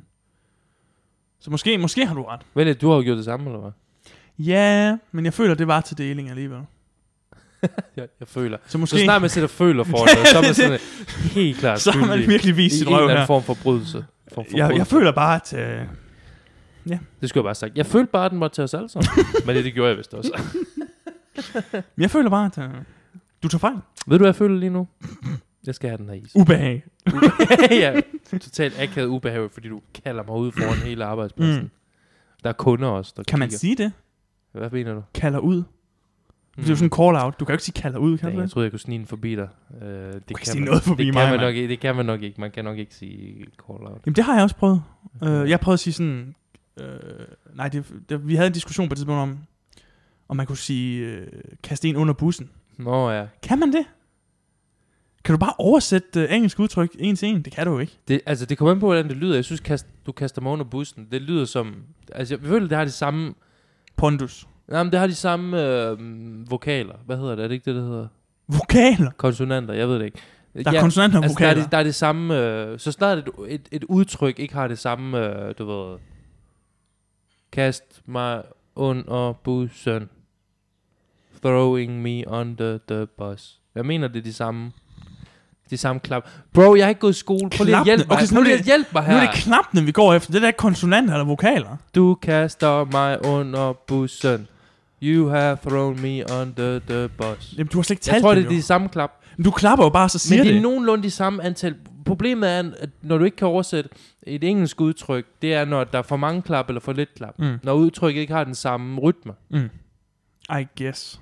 Så måske, måske har du ret. Vent lidt, du har jo gjort det samme, eller hvad? Ja, men jeg føler, det var til deling alligevel. jeg, jeg føler. Så måske... Så snart man sætter føler for det, så er man sådan helt klart så har man virkelig vist sit røv her. I en eller anden her. form for brydelse. For jeg, jeg føler bare, at... Øh, ja. Det skulle jeg bare sagt. Jeg følte bare, at den var til os alle sammen. Men det, det gjorde jeg vist også. Men jeg føler bare, at øh, du tager fejl. Ved du, hvad jeg føler lige nu? Jeg skal have den her is. Ubehag. Ja, totalt akavet ubehag, fordi du kalder mig ud foran hele arbejdspladsen. Mm. Der er kunder også, der Kan man kigger. sige det? Hvad mener du? Kalder ud. Mm. Det er jo sådan en call-out. Du kan jo ikke sige kalder ud, kan ja, du jeg det? troede, jeg kunne snige den forbi dig. Uh, det kan kan sige man, noget forbi det mig, kan man mand. nok, ikke- Det kan man nok ikke. Man kan nok ikke sige call-out. Jamen det har jeg også prøvet. Uh, jeg har prøvet at sige sådan... Uh, nej, det, det, vi havde en diskussion på et tidspunkt om, om man kunne sige, uh, kaste en under bussen. Nå ja. Kan man det? Kan du bare oversætte uh, engelsk udtryk en til en? Det kan du jo ikke. Det, altså, det kommer an på, hvordan det lyder. Jeg synes, kast, du kaster mig under bussen. Det lyder som... Altså, jeg føler, det har de samme... Pondus. Nej, men det har de samme øh, vokaler. Hvad hedder det? Er det ikke det, det hedder? Vokaler? Konsonanter, jeg ved det ikke. Der er konsonanter og altså, vokaler. Der er det, der er det samme... Øh, så snart et, et, et udtryk ikke har det samme, øh, du ved... Kast mig under bussen. Throwing me under the bus. Jeg mener, det er de samme... De samme klap. Bro, jeg har ikke gået i skole. Prøv lige at hjælpe mig. Okay, så Prøv nu, lige er at det, hjælpe mig her. nu er det knappene, vi går efter. Det der er ikke konsonanter eller vokaler. Du kaster mig under bussen. You have thrown me under the bus. Jamen, du har slet ikke talt Jeg tror, dem, det er jo. de samme klap. Men du klapper jo bare, så siger Men det er det. nogenlunde de samme antal. Problemet er, at når du ikke kan oversætte et engelsk udtryk, det er, når der er for mange klap eller for lidt klap. Mm. Når udtrykket ikke har den samme rytme. Mm. I guess.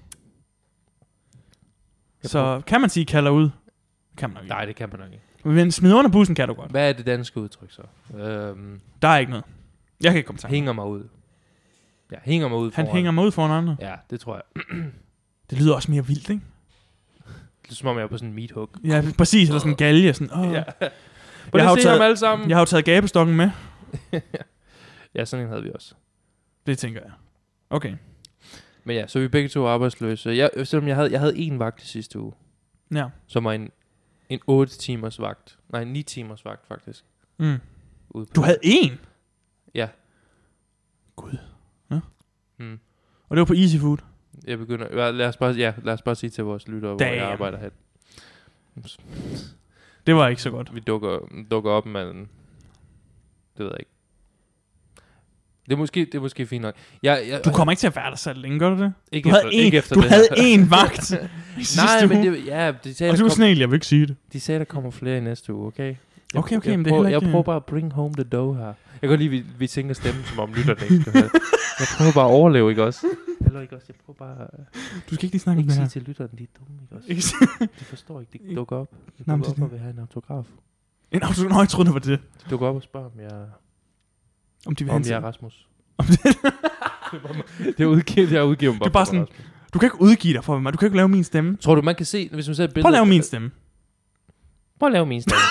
Så kan man sige kalder ud? Kan man nok ikke. Nej, det kan man nok ikke. Men smid under bussen kan du godt. Hvad er det danske udtryk så? Øhm, Der er ikke noget. Jeg kan ikke komme til. hænger mig ud. Ja, hænger mig ud Han foran. hænger mig ud foran andre. Ja, det tror jeg. Det lyder også mere vildt, ikke? Det er som om jeg er på sådan en meat hook. Ja, præcis. Eller sådan en galge. Sådan, åh. Ja. Jeg Jeg har har jo se taget- ham alle sammen. Jeg har jo taget gabestokken med. Ja, sådan en havde vi også. Det tænker jeg. Okay. Men ja, så er vi begge to arbejdsløse. Jeg, selvom jeg havde, jeg havde en vagt i sidste uge, Ja. som var en, en otte timers vagt. Nej, en ni timers vagt faktisk. Mm. Ude på- Du havde en? Ja. Gud. Ja. Mm. Og det var på Easy Food. Jeg begynder... Ja, lad os bare, ja, lad os bare sige til vores lyttere, hvor jeg Damn. arbejder hen. Det var ikke så godt. Vi dukker, dukker op med en... Det ved jeg ikke. Det er måske, det er måske fint nok. Jeg, jeg, Du kommer ikke til at være der så længe, gør du det? ikke Du efter, havde en, ikke efter du det havde her. en vagt. Nej, men det, ja, de sagde, Og der du er kom, sådan en, jeg vil ikke sige det. de sagde, der kommer flere i næste uge, okay? Jeg, Okay, okay, jeg men det er prøver, heller Jeg ikke- prøver bare at bring home the dough her. Jeg kan godt lide, vi, vi tænker stemmen, som om lytterne ikke skal høre. Jeg prøver bare at overleve, ikke også? Eller ikke også? Jeg prøver bare øh, Du skal ikke lige snakke om ikke det sige her. til lytterne, de er dumme, ikke også? Ikke sige- De forstår ikke, de Ikke- dukker op. De Nå, men dukker op det- og vil have en autograf. En auto... Nå, jeg troede, det var det. De dukker op og spørger, om jeg, Om de vil om have jeg en er Rasmus. Det er udgivet, jeg udgiver mig Det er bare for sådan- Rasmus. Du kan ikke udgive dig for mig. Du kan ikke lave min stemme. Tror du, man kan se, hvis man ser et billede... Prøv at lave min stemme. Prøv at lave min stemme.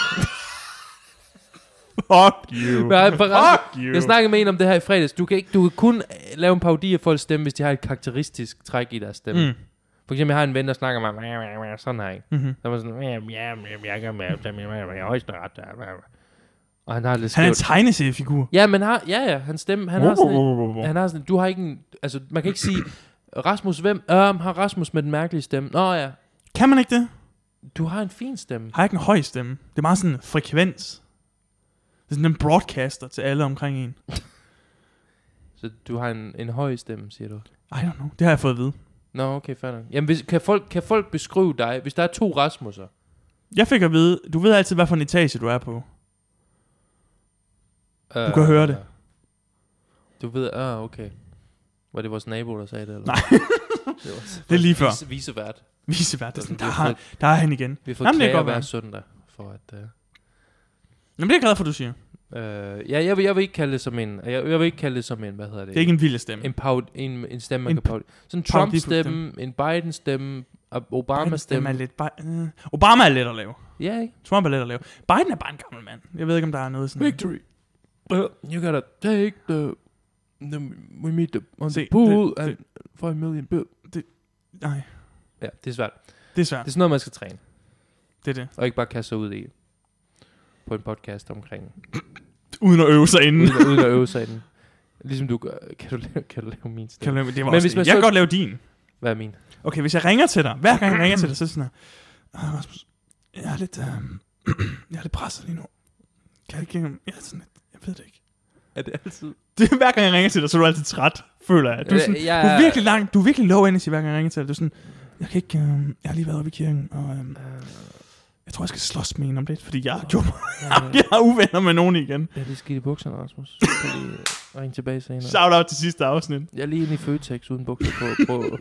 Fuck you. Nej, for Rasmus, Fuck you. jeg snakkede med en om det her i fredags. Du kan, ikke, du kan kun øh, lave en parodi af folks stemme, hvis de har et karakteristisk træk i deres stemme. Mm. For eksempel, jeg har en ven, der snakker med mig sådan her, ikke? Mm-hmm. Der var sådan, ja, ja, jeg kan med, jeg er højesteret. Og han har lidt Han er en skævt. tegneseriefigur. Ja, men har, ja, ja, han stemme, han har sådan, en, han har sådan, du har ikke en, altså, man kan ikke sige, Rasmus, hvem, øh, har Rasmus med den mærkelige stemme? Nå ja, Kan man ikke det? du har en fin stemme. Har ikke en høj stemme. Det er meget sådan en frekvens. Det er sådan en broadcaster til alle omkring en. Så du har en, en høj stemme, siger du? I don't know. Det har jeg fået at vide. Nå, okay, fair nok. Jamen, hvis, kan, folk, kan folk beskrive dig, hvis der er to Rasmusser? Jeg fik at vide, du ved altid, hvad for en etage du er på. Du kan høre det. Du ved, ah, okay. Var det vores nabo, der sagde det? Eller? Nej. det, var, Det er lige før. Vise, visevært. Visevært. Det er sådan, Vi der, har har, der er han igen. Vi får Jamen, det kan klager godt hver være. søndag, for at... Uh, Jamen, det er jeg glad for, du siger. uh, ja, jeg vil, jeg vil ikke kalde det som en... Jeg, jeg vil ikke kalde det som en, hvad hedder det? Det er ikke en vild stemme. En, paud, en, en stemme, man En kan paudi. Sådan en parodi på Trump-stemme, en Biden-stemme, Obama-stemme. Bidens stemme er lidt... Bi- uh, Obama er let at lave. Ja, ikke? Trump er let at lave. Biden er bare en gammel mand. Jeg ved ikke, om der er noget sådan... Victory. Uh, you gotta take the... the we meet the, on Se, the pool det- and five million bill. Nej, Ja, det er svært. det er svært. Det er sådan noget, man skal træne. Det er det. Og ikke bare kaste sig ud i på en podcast omkring... Uden at øve sig inden. uden, uden at øve sig i den. Ligesom du gør. Kan du lave, kan du lave min Kan stemme? du lave, det var Men også hvis det. man Jeg så- kan godt lave din. Hvad er min? Okay, hvis jeg ringer til dig, hver gang jeg ringer til dig, så er det sådan her, "Ah, Rasmus, jeg er lidt, øh, jeg er lidt presset lige nu. Kan jeg ikke, øh, jeg er sådan lidt, jeg ved det ikke. Er det altid? Det er hver gang jeg ringer til dig, så er du altid træt, føler jeg. Du er, sådan, Øh, jeg- du er virkelig langt, du er virkelig low energy, hver gang jeg ringer til dig. Du er sådan, jeg kan ikke, øh, jeg har lige været oppe i kirken, og øh, jeg tror, jeg skal slås med en om lidt, fordi jeg har gjort mig, jeg har uvenner med nogen igen. Jeg er lige skidt i bukserne, Rasmus. Jeg kan lige ringe tilbage senere. Shout out til sidste afsnit. Jeg er lige inde i Føtex uden bukser på. på.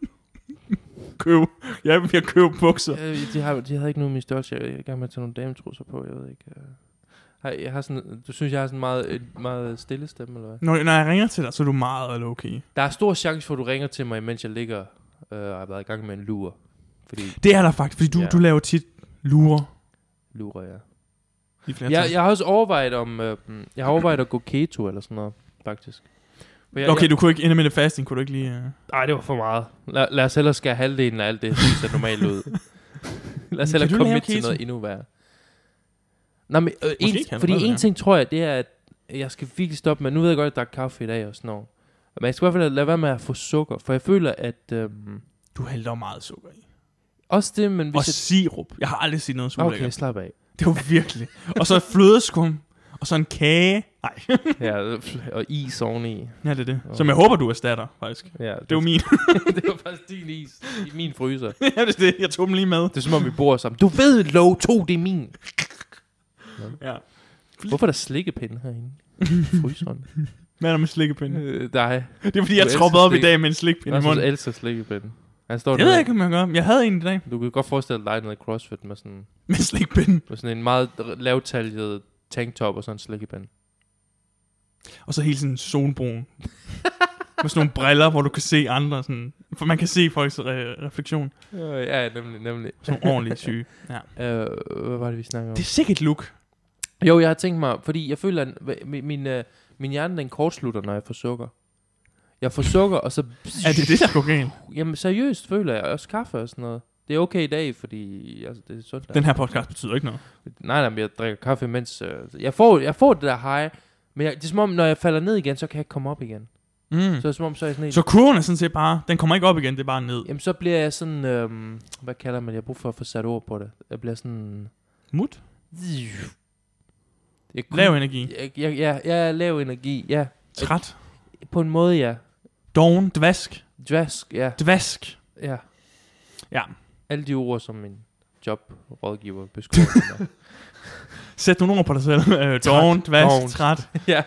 Køb, jeg vil købe bukser. Øh, de, har, de havde ikke nogen af min størrelse. Jeg er i gang med at tage nogle dametrusser på. Jeg ved ikke. øh. Har, jeg har sådan, du synes, jeg har sådan meget, et meget stille stemme, eller hvad? Når, når jeg ringer til dig, så er du meget low-key. Der er stor chance for, at du ringer til mig, mens jeg ligger øh, og har været i gang med en lur. Fordi Det er der faktisk, fordi du, Ja. du laver tit lurer lurer jeg. i flere Jeg, jeg har også overvejet om, øh, jeg har overvejet at gå keto eller sådan noget, faktisk. For jeg, Okay, jeg, du kunne ikke, intermittent fasting, kunne du ikke lige... Uh... nej, det var for meget. Lad, lad os hellere skære halvdelen af alt det, som ser normalt ud. Lad os Kan hellere du komme lave midt til keto? noget endnu værre. Nå, men, øh, en, kan du fordi godt, en ja. ting tror jeg, det er, at jeg skal virkelig stoppe med, nu ved jeg godt, at der er kaffe i dag og sådan noget. Men jeg skal i hvert fald lade være med at få sukker, for jeg føler, at... Øhm, Du hælder meget sukker i. også det, men Og hvis jeg... sirup. Jeg har aldrig set noget så Okay, ulækkert. slap af. Det var virkelig. Og så flødeskum. Og så en kage. Nej, Ja, og is oveni. ja, det er det. Som jeg håber, du erstatter, faktisk. Ja, Det var min. det var faktisk din is i min fryser. ja, det er det. Jeg tog dem lige med. Det er som om vi bor sammen. Du ved, lov to, det er min. Ja. Hvorfor er der slikkepinde herinde? I fryseren. Hvad er der med slikkepinden? Øh, dig. Det er fordi, jeg Du troppede op i elsker dag med en slikpinde i Rasmus munden. elsker slikkepinde. Han står Jeg der. ved ikke, om jeg gør. Jeg havde en i dag Du kan godt forestille dig noget i CrossFit med sådan, med slikpinden. med sådan en meget lavtaljet tanktop og sådan en slikkepinde. Og så hele sådan solbrun. med sådan nogle briller, hvor du kan se andre. Sådan, for man kan se folks re- refleksion. Øh, ja, nemlig, nemlig. Sådan nogle ordentligt syge. Ja. Øh, hvad var det, vi snakkede om? Det er sikkert look. Jo, jeg har tænkt mig, fordi jeg føler, at min, min, øh, min hjerne den kortslutter, når jeg får sukker. Jeg får sukker, og så... Er det det, der går galt? Jamen seriøst føler jeg også kaffe og sådan noget. Det er okay i dag, fordi altså, det er sundt. Den her podcast betyder ikke noget. Nej, nej, men jeg drikker kaffe mens... Øh, jeg, får, jeg får det der high, men jeg, det er som om, når jeg falder ned igen, så kan jeg ikke komme op igen. Mm. Så er det som om, så er jeg sådan en... Så kurven er sådan set bare, den kommer ikke op igen, det er bare ned. Jamen så bliver jeg sådan... Øh, hvad kalder man det? Jeg har brug for at få sat ord på det. Jeg bliver sådan... Mut? Jeg, Lav energi. Jeg, jeg, jeg, jeg er lav energi, ja. Træt. På en måde, ja. Doven. Dvask. Dvask, ja. Dvask. Ja. Ja. Alle de ord, som min jobrådgiver beskriver mig. Sæt nogle ord på dig selv. Øh, Doven. Dvask. Dovent. Træt. Ja.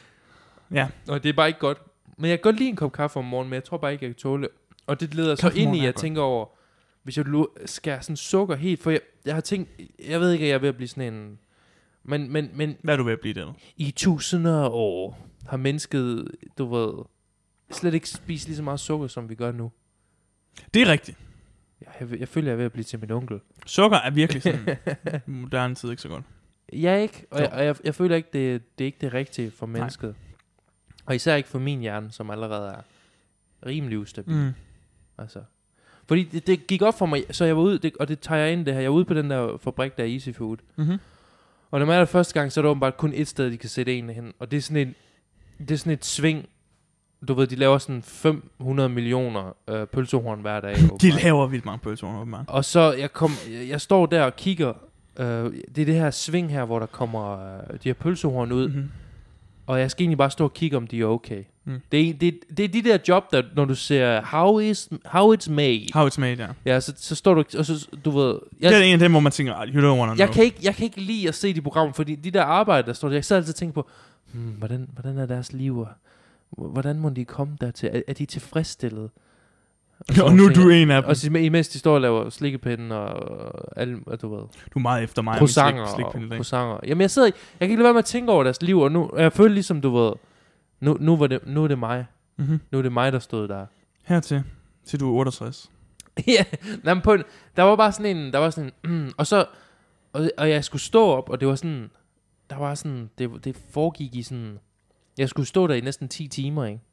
Ja. Og det er bare ikke godt. Men jeg kan godt lide en kop kaffe om morgenen, men jeg tror bare ikke, jeg kan tåle. Og det leder så Kaffe om ind i, morgenen er jeg godt. tænker over, hvis jeg lu- skærer sådan sukker helt, for jeg, jeg har tænkt, jeg ved ikke, at jeg er ved at blive sådan en, men, men, men Hvad er du ved at blive der? i tusinder af år har mennesket, du ved, slet ikke spist lige så meget sukker, som vi gør nu. Det er rigtigt. Jeg, jeg, jeg føler, jeg er ved at blive til min onkel. Sukker er virkelig sådan moderne tid ikke så godt. Jeg ikke, og, Jo. jeg, og jeg, jeg føler ikke, det, det er ikke det rigtige for mennesket. Nej. Og især ikke for min hjerne, som allerede er rimelig ustabil. Mm. Altså. Fordi det, det gik op for mig, så jeg var ude, det, og det tager jeg ind det her, jeg var ude på den der fabrik, der er Easy Food. Mm-hmm. Og når man er der første gang, så er der åbenbart kun et sted, de kan sætte en hen. Og det er sådan et, det er sådan et sving. Du ved, de laver sådan fem hundrede millioner øh, pølsehorn hver dag. De åbenbart. laver vildt mange pølser, åbenbart. Og så, jeg, kom, jeg, jeg står der og kigger. Øh, det er det her sving her, hvor der kommer øh, de her pølsehorn ud. Mm-hmm. Og jeg skal egentlig bare stå og kigge, om de er okay. Mm. Det, er, det, det er de der job, der, når du ser how, is, how it's made. How it's made, ja. Ja, så, så står du, og så, du ved... Jeg, Det er en af dem, hvor man tænker, "Ah, you don't wanna jeg, know." kan ikke, jeg kan ikke lide at se de programmer, fordi de der arbejde, der står der, jeg sad altid og tænkte på, hmm, hvordan, hvordan er deres liv, og hvordan må de komme dertil? Er, er de tilfredsstillet? Og, så og nu er tænker du jeg- en af dem. Og så imens de står og laver slikkepinde og alle, og du ved, Du er meget efter mig. croissanter Slik, og slik, slik, croissanter. Jamen jeg sidder, jeg kan ikke lade være med at tænke over deres liv, og nu, og jeg føler ligesom, du ved, nu, nu, var det, nu er det mig. mm-hmm. Nu er det mig, der stod der. Hertil, til du er otteogtres. Ja, nej, men på en, der var bare sådan en, der var sådan en, mm, og så, og, og jeg skulle stå op, og det var sådan, der var sådan, det, det foregik i sådan, jeg skulle stå der i næsten ti timer, ikke?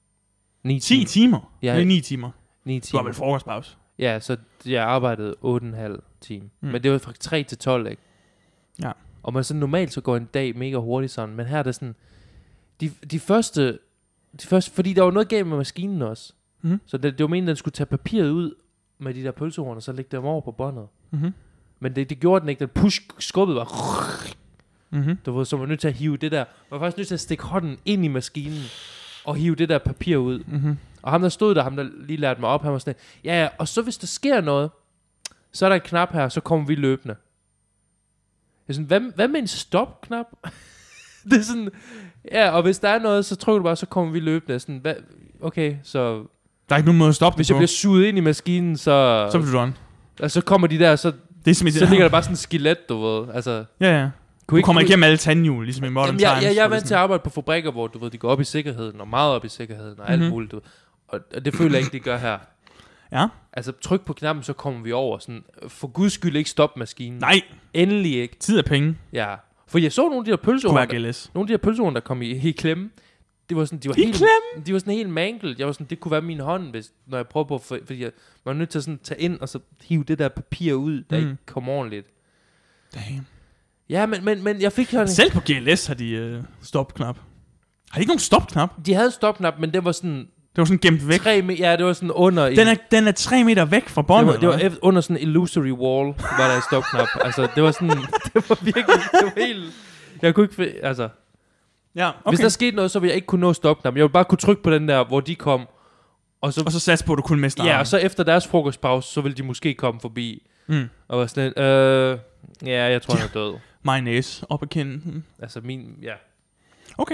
ni ti timer? Ja. Det er ni timer. ni Du har timer. vel frokostpause? Ja, så jeg arbejdede otte og en halv time. Mm. Mm. Men det var fra tre til tolv, ikke? Ja. Og man sådan normalt så går en dag mega hurtigt sådan, men her er det sådan, de, de første, de første, fordi der var noget galt med maskinen også. Mm-hmm. Så det, det var meningen, at den skulle tage papiret ud med de der pølsehorn, og så lægge dem over på båndet. Mm-hmm. Men det, det gjorde den ikke. Den push skubbede bare. Mm-hmm. Du ved, så var nødt til at hive det der. Jeg var faktisk nødt til at stikke hånden ind i maskinen og hive det der papir ud. Mm-hmm. Og ham der stod der, ham der lige lærte mig op, han var sådan, ja, ja, og så hvis der sker noget, så er der en knap her, så kommer vi løbende. Jeg er sådan, hvad, hvad med en stop-knap? Det er sådan, ja, og hvis der er noget, så trykker du bare, så kommer vi løbende. Sådan, hvad, okay, så Der er ikke nogen måde at stoppe hvis det jeg bliver suget ind i maskinen, så Så bliver du done. og så kommer de der, så, Det er simpelthen... så ligger der bare sådan en skelet, du ved. Altså, Ja, ja. kunne Du kommer igennem alle tandhjul, ligesom i Modern Jamen, Times. jeg, jeg, jeg er hvor det vant til at arbejde på fabrikker, hvor du ved, de går op i sikkerheden, og meget op i sikkerheden, og alt Mhm. muligt. Du ved. Og, og det føler jeg ikke, de gør her. Ja. Altså, tryk på knappen, så kommer vi over. Sådan, for guds skyld ikke stop maskinen. Nej, Endelig ikke. tid er penge. Ja. For jeg så nogle af de der Kunne pølsehorn, være der, G L S. nogle af de der pølsehorn, der kom i, i klemme. Det var sådan, de var I helt, klemme? de var sådan helt mangled. Jeg var sådan, det kunne være min hånd, hvis, når jeg prøver på, for, fordi jeg var nødt til at sådan tage ind, og så hive det der papir ud, der Mm. ikke kom ordentligt. Damn. Ja, men, men, men jeg fik jo en, Selv på G L S har de øh, stop-knap. Har de ikke nogen stop-knap? de havde en stopknap, men det var sådan, Det var sådan gemt væk. tre me- ja, det var sådan under en, Den er, den er tre meter væk fra det båndet. var, det var eller hvad? efter, under sådan en illusory wall, var der en stopknap. Altså, det var sådan, det var virkelig, det var helt, jeg kunne ikke, fi- altså, Ja, okay. okay. Hvis der skete noget, så ville jeg ikke kunne nå stopknappen. Jeg ville bare kunne trykke på den der, hvor de kom, og så, Og så sats på, at du kunne miste ja, armen. og så efter deres frokostpause, så ville de måske komme forbi, Mm. og var sådan lidt, øh, ja, jeg tror, han er død. Mayonnaise op ad kinden. Altså, min, ja. Okay.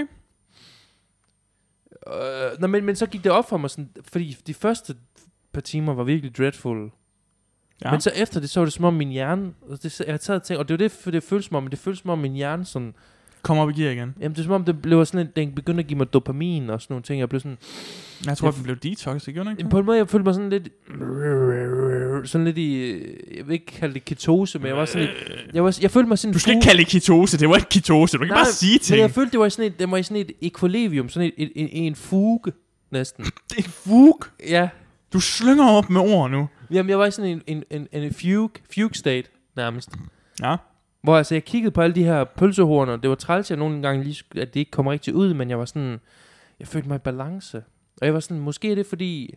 Øh, nå, men, men så gik det op for mig sådan, fordi de første par timer var virkelig dreadful. Ja. Men så efter det, så var det som om min hjerne, og det, jeg havde taget og tænkt, og det var det, for det føltes som om, men det føltes som om min hjerne sådan, Kom op i gear igen. jamen det er som om, det blev sådan, den begyndte at give mig dopamin og sådan nogle ting. Jeg blev sådan, Jeg tror, Jeg at den blev detox, det gjorde den ikke? på en måde, jeg følte mig sådan lidt, sådan lidt i, jeg vil ikke kalde det ketose, men jeg var sådan lidt, jeg, var, jeg følte mig sådan en Du skal fuge- ikke kalde det ketose, det var ikke ketose. Du kan Nej, bare sige ting. men jeg følte, det var sådan et, det var i sådan et equilibrium, sådan et, et, et, en fuge næsten. Det er en fugue. Ja, Du slynger op med ord nu. jamen jeg var i sådan en, en, en, en fugue, fugue state nærmest. Ja. Hvor altså, jeg kiggede på alle de her pølsehorn, og det var træls, jeg nogle gange lige, sk- at det ikke kom rigtig ud, men jeg var sådan, jeg følte mig i balance. Og jeg var sådan, måske er det fordi,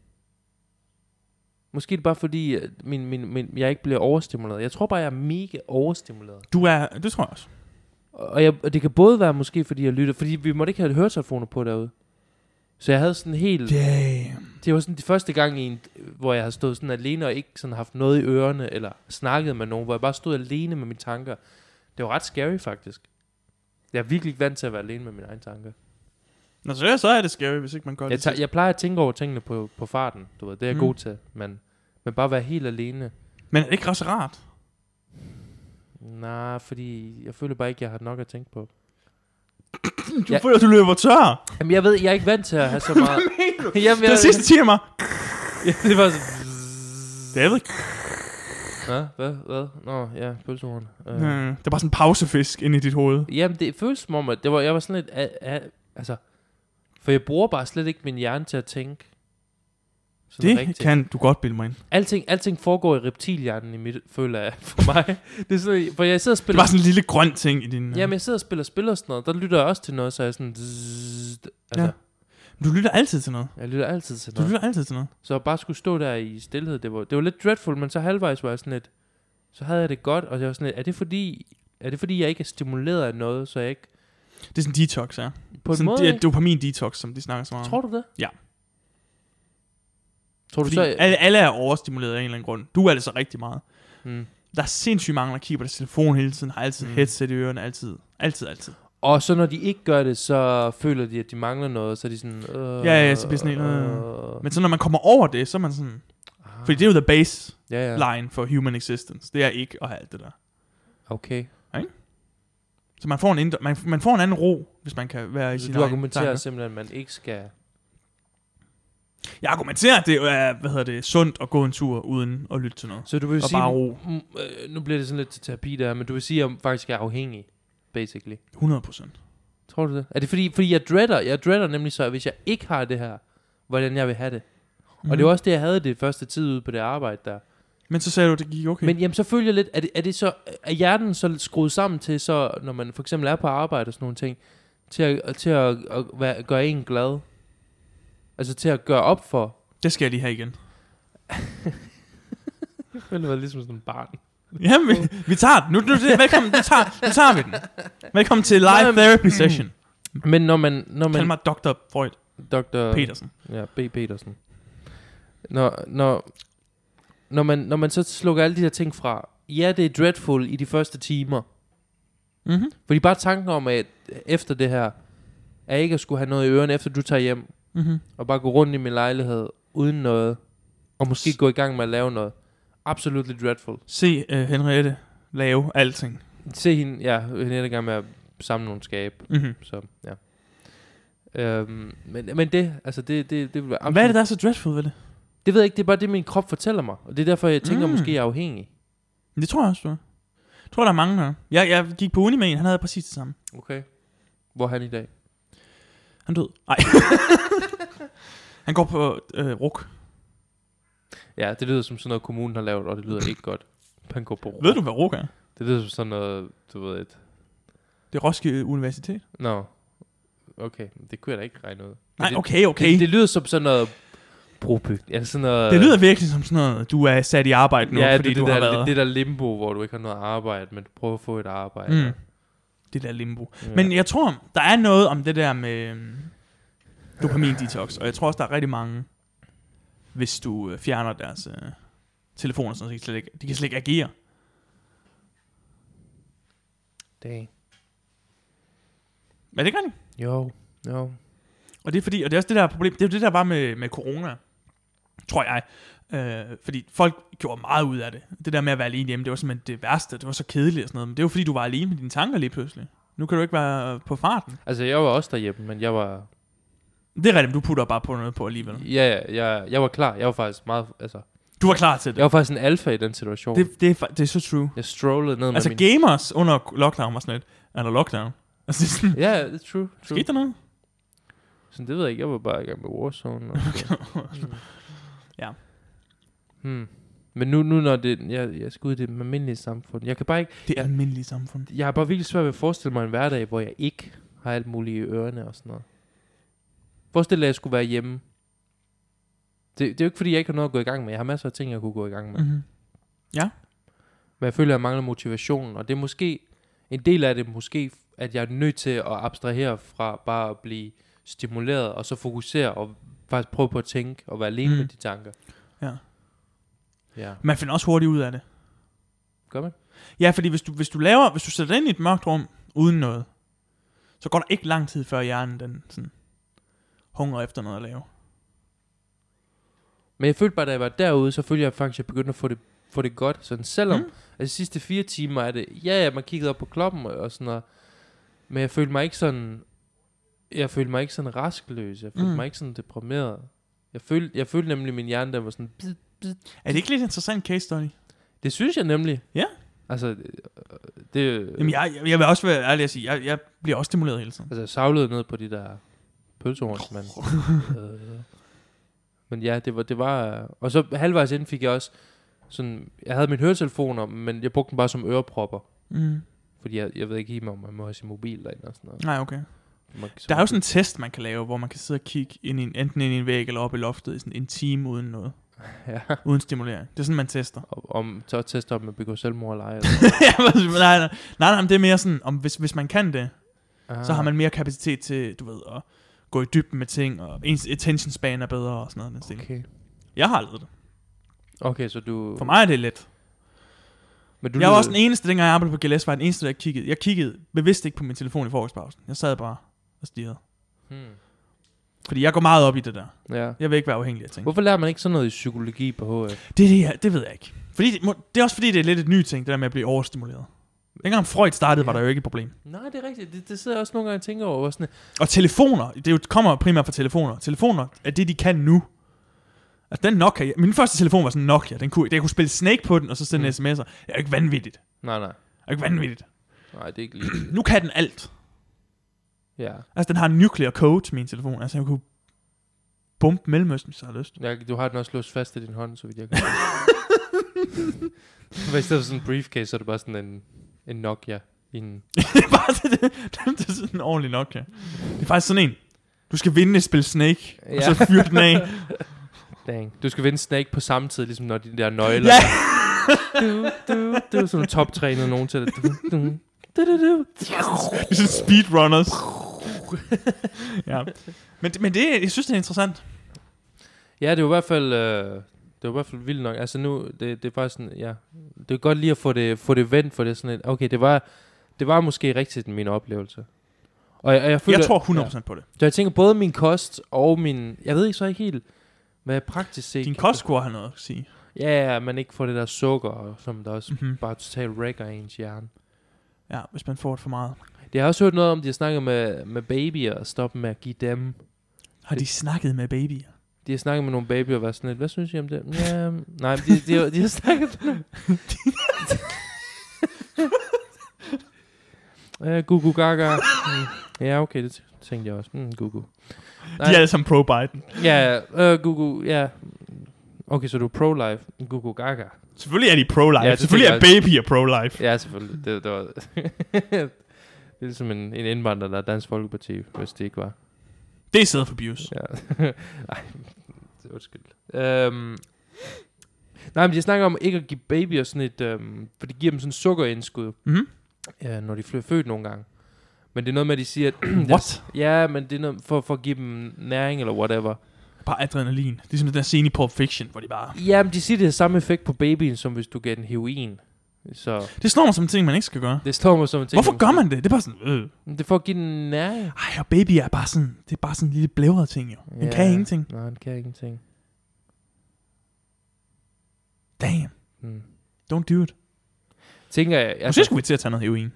måske er det bare fordi, at min, min, min, jeg ikke bliver overstimuleret. Jeg tror bare, jeg er mega overstimuleret. Du er, det tror jeg også. Og, jeg, og det kan både være måske, fordi jeg lytter, fordi vi måtte ikke have høretelefoner på derude. Så jeg havde sådan helt, Damn. det var sådan de første gang, i en, hvor jeg havde stået sådan alene, og ikke sådan haft noget i ørerne, eller snakket med nogen, hvor jeg bare stod alene med mine tanker. Det var ret scary faktisk. Jeg er virkelig ikke vant til at være alene med mine egne tanker. Nå, så, så er det scary, hvis ikke man gør Jeg, det. tager, jeg plejer at tænke over tingene på, på farten, du ved, det er jeg Mm. god til, men, men bare være helt alene. Men er det ikke også rart? Nej, fordi jeg føler bare ikke, jeg har nok at tænke på. Du Ja. føler, du løber tør. Jamen jeg ved, jeg er ikke vant til at have så meget. Jamen, Det er sidste timer. ja, det var så... David. Ja, hvad, hvad? Nå, ja, pølsehorn. Uh. Øh, det er bare sådan en pausefisk inde i dit hoved. Jamen, det føles som om, at det var, jeg var sådan lidt... A, a, altså, for jeg bruger bare slet ikke min hjerne til at tænke. Sådan Det rigtigt. kan du godt bilde mig ind. Alting, alting foregår i reptilhjernen i mit, føler jeg, for mig. Det er sådan, for jeg sidder og Det spiller... var sådan en lille grøn ting i din... øh, Jamen, jeg sidder og spiller spil og sådan noget. Der lytter jeg også til noget, så jeg er sådan... Zzz, altså, Ja. Du lytter altid til noget. jeg lytter altid til Du noget. lytter altid til noget. Så at bare skulle stå der i stillhed, det var, det var lidt dreadful, men så halvvejs var jeg sådan lidt... Så havde jeg det godt, og jeg var sådan lidt... Er det fordi, er det fordi jeg ikke er stimuleret af noget, så jeg ikke... Det er sådan en detox, ja. På en Sådan måde, det er ikke? dopamin-detox, som de snakker så meget om. Tror du det? Ja. Tror du Fordi så... alle, alle er overstimuleret af en eller anden grund. Du er det så rigtig meget. Hmm. Der er sindssygt mange, der kigger på deres telefon hele tiden, har altid Mm. headset i ørerne, altid. Altid, altid. Og så når de ikke gør det, så føler de, at de mangler noget, så er de sådan... Øh, Ja, ja, så bliver sådan en, øh. Men så når man kommer over det, så er man sådan... ah, Fordi det er jo the base ja, ja. line for human existence. Det er ikke at have alt det der. Okay. Så man får en, indre, man, man får en anden ro, hvis man kan være i Så sin du egen argumenterer tanker. simpelthen, at man ikke skal... Jeg argumenterer, at det er, hvad hedder det, sundt at gå en tur uden at lytte til noget. Så du vil Og sige... bare ro. Mm, øh, nu bliver det sådan lidt til terapi der, men du vil sige, at jeg faktisk er afhængig, basically. hundrede procent. Tror du det? Er det fordi, fordi jeg dreader, jeg dreader nemlig så, at hvis jeg ikke har det her, hvordan jeg vil have det. Mm. Og det var også det, jeg havde det første tid ude på det arbejde der. Men så sagde du, at det gik okay. Men jamen, så følger jeg lidt, er det, er det så, er hjernen så skruet sammen til, så når man for eksempel er på arbejde og sådan nogle ting, til at, til at, at være, gøre en glad? Altså til at gøre op for. Det skal jeg lige have igen. Jeg føler mig ligesom sådan en barn. Jamen, vi, vi tager den. Nu, nu, velkommen, nu, tager, nu tager vi den. Velkommen til live therapy session. Men når man... Når man Kald mig doktor Freud. doktor Petersen. Ja, B. Petersen. Når, når, når, man, når man så slukker alle de her ting fra... Ja, det er dreadful i de første timer. Mm-hmm. Fordi bare tanken om, at efter det her... At ikke at skulle have noget i ørerne, efter du tager hjem... Mm-hmm. Og bare gå rundt i min lejlighed uden noget. Og måske gå i gang med at lave noget. Absolutely dreadful. Se uh, Henriette lave alting. Se hende, ja, hende er i gang med at samle nogle skab. Mm-hmm. Så, ja. Øhm, men, men det, altså det, det, det vil være absolut... Hvad er det, der er så dreadful ved det? Det ved jeg ikke, det er bare det, min krop fortæller mig. Og det er derfor, jeg tænker, Mm. måske jeg er afhængig. Det tror jeg også, du er. Jeg tror, der er mange her. Jeg, jeg gik på uni med en, han havde præcis det samme. Okay. Hvor er han i dag? Han død. Nej. Han går på øh, R U K. Ja, det lyder som sådan noget, kommunen har lavet, og det lyder ikke godt. Han går på Ved du, hvad R U K er? Det lyder som sådan noget, du ved et... Det er Roskilde Universitet. Nå. No. Okay, det kunne jeg da ikke regne ud. Men Nej, det, okay, okay. Det, det lyder som sådan noget... Brobyg. Ja, sådan noget... Det lyder virkelig som sådan noget, du er sat i arbejde nu, ja, fordi det, det du der, har været... det, det der limbo, hvor du ikke har noget arbejde, men du prøver at få et arbejde. Mm. Det der limbo. Ja. Men jeg tror, der er noget om det der med um, dopamin-detox, og jeg tror også, der er rigtig mange, hvis du uh, fjerner deres uh, telefoner, så de kan, slet ikke, de kan slet ikke agere. Dang. Er det ikke rigtigt? Jo, jo. Og det er fordi, og det er også det der problem, det er jo det der var med, med corona, tror jeg. Øh, fordi folk gjorde meget ud af det. Det der med at være alene hjemme, det var simpelthen det værste. Det var så kedeligt og sådan noget. Men det var fordi, du var alene med dine tanker lige pludselig. Nu kan du ikke være på farten. Altså, jeg var også derhjemme, men jeg var... Det er rigtigt, du putter bare på noget på alligevel. Ja, ja, jeg, jeg var klar. Jeg var faktisk meget... Altså, Du var klar til det. jeg var faktisk en alfa i den situation. Det, det, er, fa- det er så true. Jeg strollede ned Altså med min... gamers under lockdown var sådan lidt, eller lockdown. Altså det er sådan, Ja, det er true, true. skete der noget? Sådan, det ved jeg ikke. Jeg var bare i gang med Warzone. Og så. mm. Ja. Hmm. Men nu, nu når det... Jeg, jeg skal ud i det almindelige samfund. Jeg kan bare ikke... Det er jeg, almindelige samfund. jeg har bare virkelig svært ved at forestille mig en hverdag, hvor jeg ikke har alt muligt i ørerne og sådan noget. Forestil dig, at jeg skulle være hjemme. Det, det er jo ikke fordi, jeg ikke har noget at gå i gang med. Jeg har masser af ting, jeg kunne gå i gang med. Mm-hmm. Ja. Men jeg føler, at jeg mangler motivationen. Og det er måske... En del af det måske, at jeg er nødt til at abstrahere fra bare at blive stimuleret, og så fokusere og faktisk prøve på at tænke og være alene Mm. med de tanker. Ja. Ja. Man finder også hurtigt ud af det. Gør man? Ja, fordi hvis du, hvis du laver, hvis du sætter dig ind i et mørkt rum uden noget, så går der ikke lang tid før hjernen den sådan hungrer efter noget at lave. Men jeg følte bare, da jeg var derude, så følte jeg faktisk, at jeg begyndte at få det, få det godt. Sådan, selvom Mm. at de sidste fire timer er det, ja, ja, man kiggede op på klokken og, og sådan noget, men jeg følte mig ikke sådan, jeg følte mig ikke sådan rastløs, jeg følte Mm. mig ikke sådan deprimeret. Jeg følte, jeg følte nemlig, at min hjerne, der var sådan, bid, bid. Er det ikke lidt interessant case study? Det synes jeg nemlig. Ja. Altså, det, Jamen jeg, jeg, jeg vil også være ærlig at sige, jeg, jeg bliver også stimuleret hele tiden. altså, jeg savlede ned på de der pølsehorns, men, øh, men ja, det var, det var, og så halvvejs inden fik jeg også sådan, jeg havde mine høretelefoner, men jeg brugte dem bare som ørepropper, Mm. fordi jeg, jeg ved ikke helt, om man må have sin mobil derinde og sådan noget. Nej, okay. Man, Der er jo sådan en test, man kan lave, hvor man kan sidde og kigge ind i en, enten ind i en væg eller op i loftet i sådan en time uden noget. ja, Uden stimulering. Det er sådan, man tester. og, om så teste om man begår selvmord eller ej. Ja, nej, nej, nej, nej, nej, det er mere sådan, om hvis, hvis man kan det, Ah. så har man mere kapacitet til, du ved, at gå i dybden med ting, og ens attention span er bedre og sådan noget. Den stil. Okay. Jeg har aldrig det. Okay, så du... For mig er det let. Men du Jeg var også den eneste, dengang jeg arbejdede på G L S, var den eneste, der kiggede. Jeg kiggede bevidst ikke på min telefon i frokostpausen. Jeg sad bare og stirrede. Hmm. Fordi jeg går meget op i det der. Ja. Jeg vil ikke være afhængig af ting. Hvorfor lærer man ikke sådan noget i psykologi på H F? Det, er det, jeg, det ved jeg ikke. Fordi det, må, det er også fordi, det er lidt et nyt ting, det der med at blive overstimuleret. Dengang Freud startede, var der jo ikke et problem. Nej, det er rigtigt. Det, det sidder jeg også nogle gange og tænker over. Hvor sådan, Og telefoner, det er jo, kommer primært fra telefoner. Telefoner er det, de kan nu. Altså den Nokia, min første telefon var sådan en Nokia. Den kunne, jeg kunne spille Snake på den, og så sende Mm. sms'er. Det er jo ikke vanvittigt. nej, nej. Det er ikke vanvittigt. Nej, det er ikke lige... Nu kan den alt. ja. Altså den har en nuclear code til min telefon. Altså jeg kunne bombe Mellemøsten, hvis jeg har lyst. Ja, du har den også låst fast i din hånd, så vidt jeg kan. Men i stedet for sådan en briefcase, så er det bare sådan en, en Nokia i en... Det er bare det, det, det, det er sådan en ordentlig Nokia. Det er faktisk sådan en. Du skal vinde et spil Snake, ja. Ja. og så fyre den af. Dang. Du skal vinde Snake på samme tid, ligesom når de der nøgler. Ja. Du, du, du, sådan nogle toptrænet nogen til det. Du, du, du, du, du. Ligesom speedrunners. Ja. Men, men det, jeg synes, det er interessant. Ja, det er jo i hvert fald... Øh, det var i hvert fald vildt nok. Altså nu, det, det er faktisk sådan, ja. Det er godt lige at få det, få det vendt, for det sådan et, okay, det var, det var måske rigtigt min oplevelse. Og jeg, og jeg, føler, Jeg tror hundrede procent ja. på det. Så jeg tænker både min kost og min, jeg ved ikke så ikke helt, hvad praktisk set. Din kost kunne have noget at sige. Ja, ja, man ikke får det der sukker, og som der også Mm-hmm. bare totalt wrecker ens hjerne. Ja, hvis man får det for meget. Det har jeg også hørt noget om, de har snakket med, med babyer og stoppe med at give dem. Har de snakket med babyer? De har snakket med nogle babyer og været sådan lidt, hvad synes I om det? Ja, nej, de, de, de, de har snakket med nogle... uh, Gugu Gaga. Mm. Ja, okay, det tænkte jeg også. Mm, Gugu. De er alle sammen pro-Biden. Ja, uh, Gugu, ja. Okay, så du er pro-life. Gugu Gaga. Selvfølgelig er de pro-life. Ja, selvfølgelig er babyer pro-life. Ja, selvfølgelig. Det, det var... det er ligesom en, en indvandrer, der er Dansk Folkeparti, hvis det ikke var. Det er self-abuse. Ja. Nej, det er undskyld. Um, nej, men de snakker om ikke at give babyer sådan et... Um, for de giver dem sådan sukkerindskud, Mm-hmm. ja, når de bliver født nogle gange. Men det er noget med, at de siger... At What? Ja, men det er noget for, for at give dem næring eller whatever. Bare adrenalin. Det er som den der scene i Pulp Fiction, hvor de bare... Ja, men de siger, det har samme effekt på babyen, som hvis du giver den heroin. Så Det slår mig som en ting, man ikke skal gøre. det slår mig som en ting. Hvorfor gør man det? Det er bare sådan... Øh. Det er for at give den næring. Ej, og baby er bare sådan... Det er bare sådan en lille blævret ting, jo. Den Ja. kan ingenting. Nej, den kan ingenting. Damn. Hmm. Don't do it. Tænker jeg... Altså, Måske skulle vi til at tage noget heroin.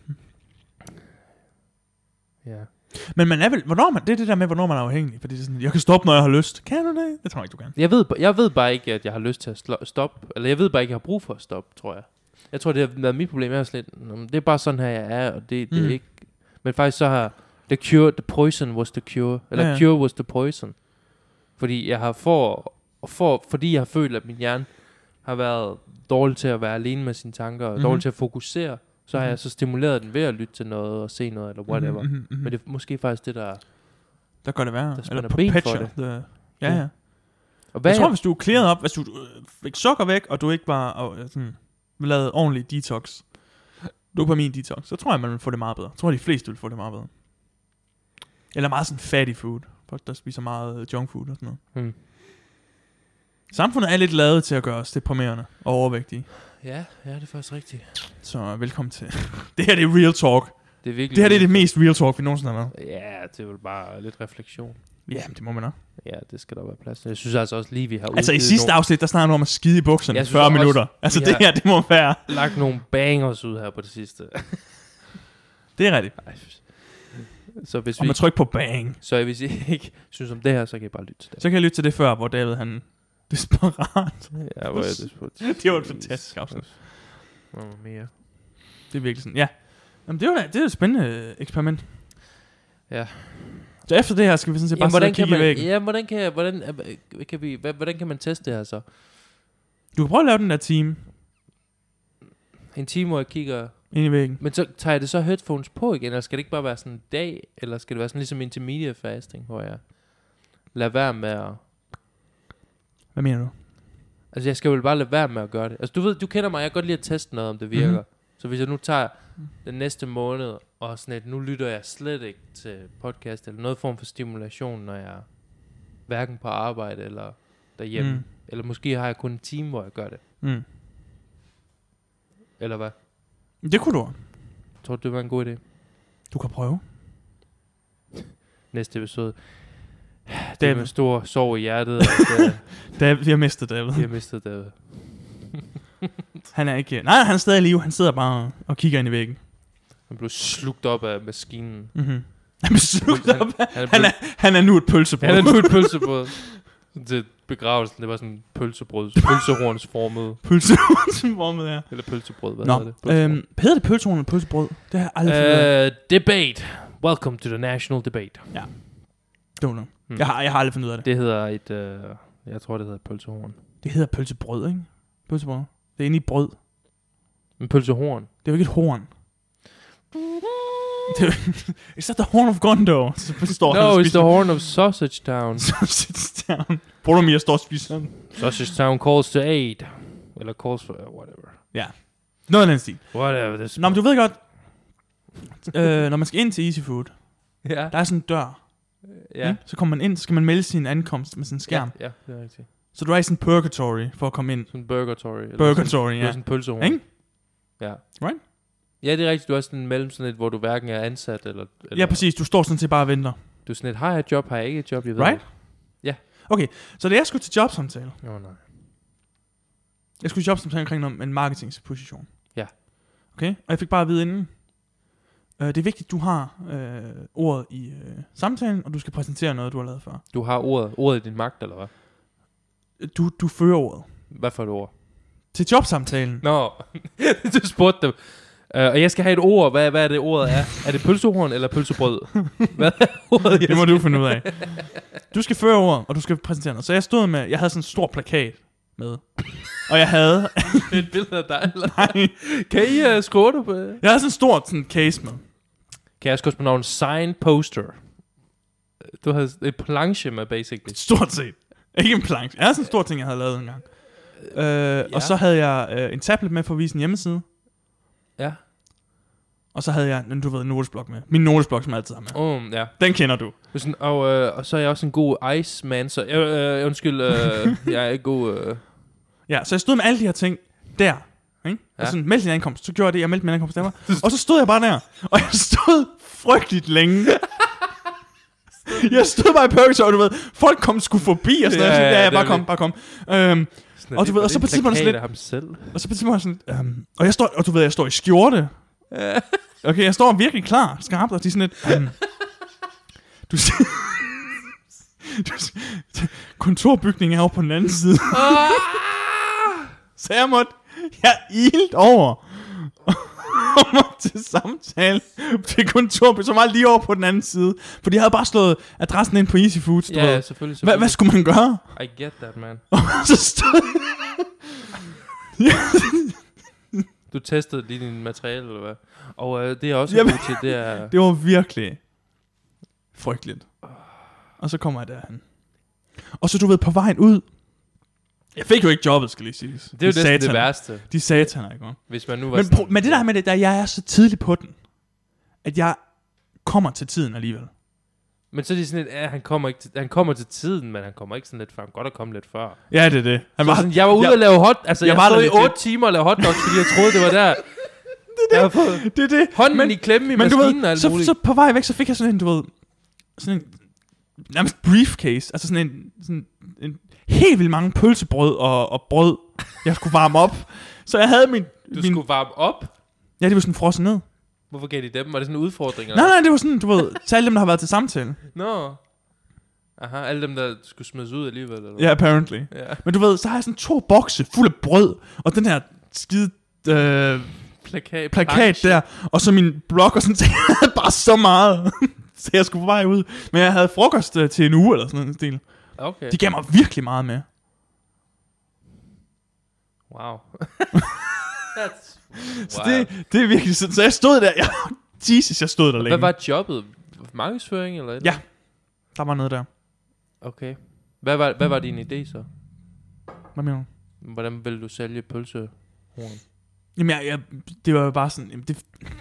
Ja. Men man er vel... Hvornår man... Det er det der med, hvornår man er afhængig. Fordi det er sådan... Jeg kan stoppe, når jeg har lyst. Kan du det? Det tror jeg ikke, du kan. Jeg ved, jeg ved bare ikke, at jeg har lyst til at slo- stoppe. Eller jeg ved bare ikke, at jeg har brug for at stoppe, tror jeg. Jeg tror, det har været mit problem. Jeg er sådan lidt... "Nå, men det er bare sådan her, jeg er. Og det, det Mm. er ikke... Men faktisk så har... The cure... The poison was the cure. Eller Ja, ja. cure was the poison. Fordi jeg har for... for fordi jeg har følt, at min hjerne har været dårlig til at være alene med sine tanker. Og Mhm. dårlig til at fokusere. Så har Mhm. jeg så stimuleret den ved at lytte til noget og se noget, eller whatever. Mm-hmm, mm-hmm. Men det er måske faktisk det, der... Der gør det værre. Der spænder Eller ben for perpetual. det. The... Ja, ja. Og hvad Jeg tror, er- hvis du er clearet op, hvis du øh, fik sukker væk, og du ikke bare og, øh, sådan, lavede ordentlig detox, dopamin detox, så tror jeg, man vil få det meget bedre. Jeg tror, de fleste vil få det meget bedre. Eller meget sådan fatty food. Folk, der spiser meget junk food og sådan noget. Hmm. Samfundet er lidt lavet til at gøre os deprimerende og overvægtige. Ja, ja, det er faktisk rigtigt. Så velkommen til. Det her det er real talk. Det er virkelig... Det her det er det mest real talk, vi nogensinde har været. Ja, det er vel bare lidt refleksion. Ja, det må man nok. Ja, det skal der være plads til. Jeg synes altså også lige, vi har Altså i udgivet sidste nogle, afsnit, der snakker du om at skide i bukserne Jeg synes fyrre også, minutter. Altså vi det har- her, det må være. lagt nogle bangers ud her på det sidste. Det er rigtigt. Ej. Så hvis Og vi man trykker på bang. så hvis I ikke synes om det her, så kan I bare lytte til det. Så kan jeg lytte til det før, hvor David han... Desperat. Ja, hvor er det på. Det var et fantastisk afsnit. Hvad mere? Det er virkelig sådan, ja. Jamen det er jo da, det er jo et spændende eksperiment. Ja. Så efter det her skal vi sådan set bare Jamen, sidde hvordan og kan kigge i man, væggen. ja, hvordan kan, jeg- hvordan, øh, kan vi, hvad- hvordan kan man teste det her så? Du kan prøve at lave den der time En time, hvor jeg kigger... ind i væggen. Men så tager jeg det så headphones på igen, eller skal det ikke bare være sådan en dag, eller skal det være sådan ligesom intermediate fasting, hvor jeg lader være med at... Hvad mener du? Altså, jeg skal vel bare lade være med at gøre det. Altså, du ved, du kender mig, jeg kan godt lide at teste noget, om det virker. Mhm. Så hvis jeg nu tager den næste måned, og sådan et, nu lytter jeg slet ikke til podcast, eller noget form for stimulation, når jeg er hverken på arbejde, eller derhjemme. Mm. Eller måske har jeg kun en time, hvor jeg gør det. Mm. Eller hvad? Det kunne du. Tror du, det var en god idé? Du kan prøve. Næste episode. Det er David. med stor sorg i hjertet, at øh, David, vi har mistet David. vi har mistet David. Han er ikke... Nej, han er stadig i live. Han sidder bare og kigger ind i væggen. Han blev slugt op af maskinen. Mhm. Han er slugt op. Han, Han blev, er, han er nu et pølsebrød. han er nu et pølsebrød. Til begravelsen, det var sådan en pølsebrød. Pølsehornsformet. Pølsebrød, ja. Eller pølsebrød, hvad Nå, hedder det? Pølsebrød. øhm, hedder det pølsehorn eller pølsebrød? Det har jeg aldrig fundet ud af. Uh, debate. Welcome to the national debate. Don't know. Hmm. Jeg har, jeg har aldrig fundet ud af det. Det hedder et, uh, jeg tror det hedder et pølsehorn. Det hedder pølsebrød, ikke? Pølsebrød. Det er inde i brød. En pølsehorn. Det er jo ikke et horn. Is that the horn of Gondor? Så står No, it's the horn of Sausage Town. Sausage Town. Boromir står og spiser den. Sausage Town calls to aid. Eller calls for, uh, whatever. Ja. Noget af den stil. Whatever. This Nå, men du ved godt, øh, når man skal ind til Easy Food, ja. der er sådan en dør. Ja. Mm? Så kommer man ind, så skal man melde sin ankomst med sådan en skærm. Ja, ja, det er rigtigt. Så du er i sådan en purgatory for at komme ind. Sådan en burgatory. Eller Burgatory, sådan, ja. Sådan en pølsehorn. Ikke? Ja. Right? Ja, det er rigtigt. Du er sådan mellem sådan et, hvor du hverken er ansat eller... eller Ja, præcis. Du står sådan set bare og venter. Du er sådan et, har jeg et job, har jeg ikke et job, jeg ved Right? det. Ja. Okay, så da jeg skulle til jobsamtale. Åh, oh, nej. Jeg skulle til jobsamtale omkring noget, en marketingsposition. Ja. Okay, og jeg fik bare at vide inden. Uh, det er vigtigt, at du har uh, ordet i uh, samtalen, og du skal præsentere noget, du har lavet før. Du har ordet, ordet i din magt, eller hvad? Du, du fører ordet. Hvad for et ord? Til jobsamtalen. Nå, du spurgte dem. Uh, og jeg skal have et ord. Hvad, hvad er det ordet er? Er det pølsehorn eller pølsebrød? Hvad er ordet? Det må du finde ud af. Du skal føre ordet, og du skal præsentere noget. Så jeg stod med, jeg havde sådan en stor plakat med. Og jeg havde... et billede af dig, eller? Nej. Kan I uh, score det på? Jeg havde sådan en stor sådan case med. Kan jeg skrive på navn sign poster? Du havde et planche med, basically. Stort set. Ikke en planche. Jeg havde sådan en stor ting, jeg havde lavet en gang. Øh, ja. Og så havde jeg øh, en tablet med for at vise en hjemmeside. Ja. Og så havde jeg, du ved, en notesblok med. Min notesblok, som jeg altid har med. Um, ja. Den kender du. Sådan, og, øh, og så er jeg også en god Iceman, så... Øh, øh, undskyld, øh, jeg er ikke god... Øh. Ja, så jeg stod med alle de her ting der. Ikke? Ja. Og sådan, meldte din ankomst. Så gjorde jeg det, jeg meldte min ankomst. Der. Og så stod jeg bare der. Og jeg stod frygteligt længe. Jeg stod bare i Purgatory, og du ved, folk kom sgu forbi og sådan noget. Ja, ja, ja, bare kom, bare kom. Øhm, og du ved, og så på et tidspunkt sådan lidt... selv. Og så på et tidspunkt sådan øhm, og jeg står, og du ved, jeg står i skjorte. Okay, jeg står virkelig klar, skarpt, og de er sådan lidt... Um, du, du, kontorbygningen er over på den anden side. Så jeg måtte... Jeg ilt over. Og måtte til samtale til kontorbygningen, som var lige over på den anden side. For de havde bare slået adressen ind på Easy Foods. Ja, ja, selvfølgelig, selvfølgelig. Hvad, hvad skulle man gøre? I get that, man. Og så stod... Du testede lige din materiale, eller hvad? Og øh, det er også Jamen, god til, det er... Det var virkelig frygteligt. Og så kommer jeg derhen. Og så du ved, på vejen ud... Jeg fik jo ikke jobbet, skal lige sige. Det er jo de det, det værste. De sataner, ikke? Hvis man nu var men, sådan... men det der med det, der jeg er så tidlig på den, at jeg kommer til tiden alligevel. Men så er de sådan lidt, ja, han kommer, ikke til, han kommer til tiden, men han kommer ikke sådan lidt før. Han godt at komme lidt før. Ja, det er det. Han var, sådan, jeg var ude jeg, at lave hot... Altså, jeg, jeg stod i otte timer og lavede hotdogs, fordi jeg troede, det var der. Det er det. Fået, det er det. Hånden men, i klemme i men maskinen ved, og alt så, muligt. Så på vej væk, så fik jeg sådan en, du ved... Sådan en... Nærmest briefcase. Altså sådan en... Sådan en helt vildt mange pølsebrød og, og brød, jeg skulle varme op. Så jeg havde min... Du min, skulle varme op? Ja, det var sådan frosset ned. Hvorfor gav de dem? Var det sådan en udfordring? Eller? Nej, nej, det var sådan, du ved, til alle dem, der har været til samtale. Nå. No. Aha, alle dem, der skulle smides ud alligevel, eller? Ja, yeah, apparently. Yeah. Men du ved, så har jeg sådan to bokse fuld af brød, og den her skide øh, plakat, plakat der, og så min blog, og sådan, så jeg havde bare så meget, så jeg skulle på vej ud. Men jeg havde frokost øh, til en uge, eller sådan en stil. Okay. De gav mig virkelig meget med. Wow. That's, wow. Så det, det er virkelig sådan, så jeg stod der, jeg, Jesus, jeg stod der længe. Hvad var jobbet? Markedsføring, eller et? Ja, der var noget der. Okay. Hvad var, hvad var din idé så? Hvad mener du? Hvordan ville du sælge pølsehorn? Jamen, jeg, jeg, det var jo bare sådan... Jamen, det...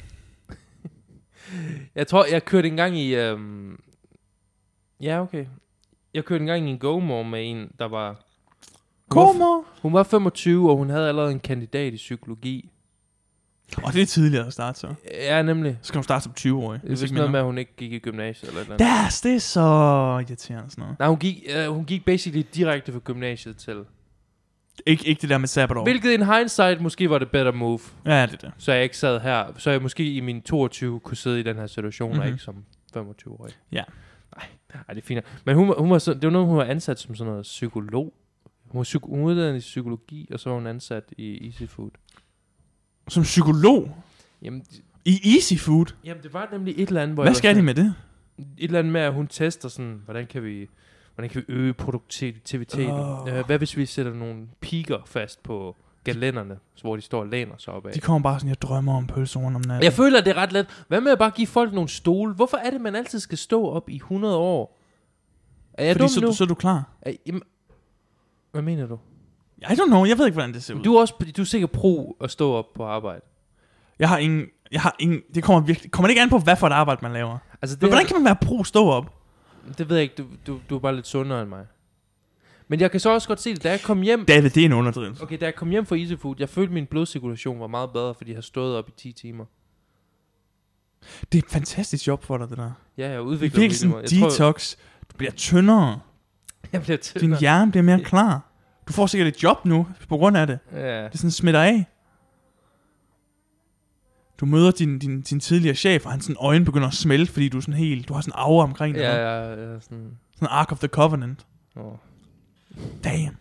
jeg tror, jeg kørte engang i... Øhm... Ja, okay. Jeg kørte engang i en GoMore med en, der var... GoMore? Hun var femogtyve, og hun havde allerede en kandidat i psykologi. Og det er tidligere at starte så. Ja, nemlig. Så skal hun starte som tyve-årig. Det er sådan noget med, at hun ikke gik i gymnasiet eller et eller andet. Das, det er så irriterende sådan noget. Nej, hun gik, uh, hun gik basically direkte fra gymnasiet til... Ik- ikke det der med sabbatår. Hvilket in hindsight måske var det better move. Ja, det er det. Så jeg ikke sad her. Så jeg måske i min toogtyve kunne sidde i den her situation, mm-hmm. og ikke som femogtyve-årig. Ja. Nej, nej, det er fint. Men hun, hun var så, det var noget, hun var ansat som sådan noget psykolog. Hun var, psyko, hun var uddannet i psykologi, og så var hun ansat i Easy Food. Som psykolog? Jamen, i Easy Food? Jamen, det var nemlig et eller andet, hvor hvad skal de med det? Et eller andet med, at hun tester sådan, hvordan kan vi, hvordan kan vi øge produktiviteten? Oh. Uh, hvad hvis vi sætter nogle piker fast på galenderne, hvor de står og læner sig op af. De kommer bare sådan, jeg drømmer om pølsehorn om natten. Jeg føler, at det er ret let. Hvad med at bare give folk nogle stole? Hvorfor er det, man altid skal stå op i hundrede år? Er jeg Fordi dum så, nu? så er du klar. Er, jamen, hvad mener du? I don't know, jeg ved ikke, hvordan det ser ud. Du er også du er sikkert pro at stå op på arbejde. Jeg har ingen, jeg har ingen, det kommer virkelig, kommer det ikke an på, hvad for et arbejde man laver. Altså, det Men hvordan er, kan man være pro stå op? det ved jeg ikke, du, du, du er bare lidt sundere end mig. Men jeg kan så også godt se det, da jeg kom hjem... David, det er en underdrivelse. Okay, da jeg kom hjem fra Easy Food, jeg følte, at min blodcirkulation var meget bedre, fordi jeg har stået op i ti timer. Det er et fantastisk job for dig, det der. Ja, jeg Det er udvikler virkelig sådan en detox. Du bliver tyndere. Jeg bliver Din tyndere. hjerne bliver mere klar. Du får sikkert et job nu, på grund af det. Ja. Det sådan smitter af. Du møder din, din, din tidligere chef, og hans sådan øjne begynder at smelte, fordi du er sådan helt, du har sådan en aura omkring dig. Ja, Ja. ja, ja, sådan... Sådan en Ark of the Covenant. Oh. Damn.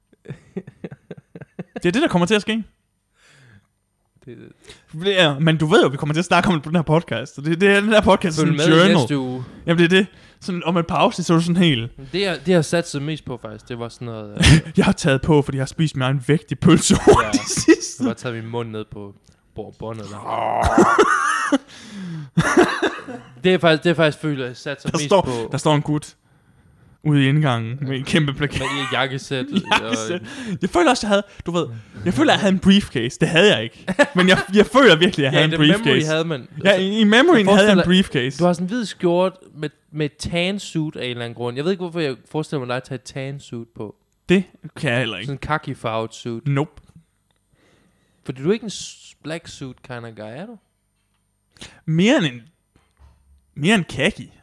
Det er det, der kommer til at ske. Det, Det er, men du ved jo, vi kommer til at snakke om det på den her podcast. Så det, det er den her podcast, følg sådan med en i journal. næste uge. Jamen det er det. Sådan om et pause, så er du sådan helt. Det, jeg, det jeg satte sig mest på faktisk, det var sådan noget... Uh, Jeg har taget på, fordi jeg har spist min egen vægt i pølsehorn Ja. ja. de sidste. jeg har taget min mund ned på båndet der. det er faktisk, det er faktisk føler jeg satte sig Der mest står, på... der står en gut ude i indgangen med en kæmpe plakat. Med et jakkesæt. Jakkesæt. Jeg føler også, jeg havde, du ved, jeg føler, jeg havde en briefcase. Det havde jeg ikke. Men jeg, jeg føler virkelig, jeg Ja, havde en det briefcase. memory havde man. Ja, i, i memoryen Jeg havde jeg en forestiller- briefcase. Du har sådan en hvid skjort med, med et tan suit af en eller anden grund. Jeg ved ikke, hvorfor jeg forestiller mig dig at tage et tan suit på. Det kan jeg heller ikke. Sådan en khaki farvet suit. Nope. Fordi du er ikke en s- black suit kind of guy, er du? Mere end en, mere end khaki.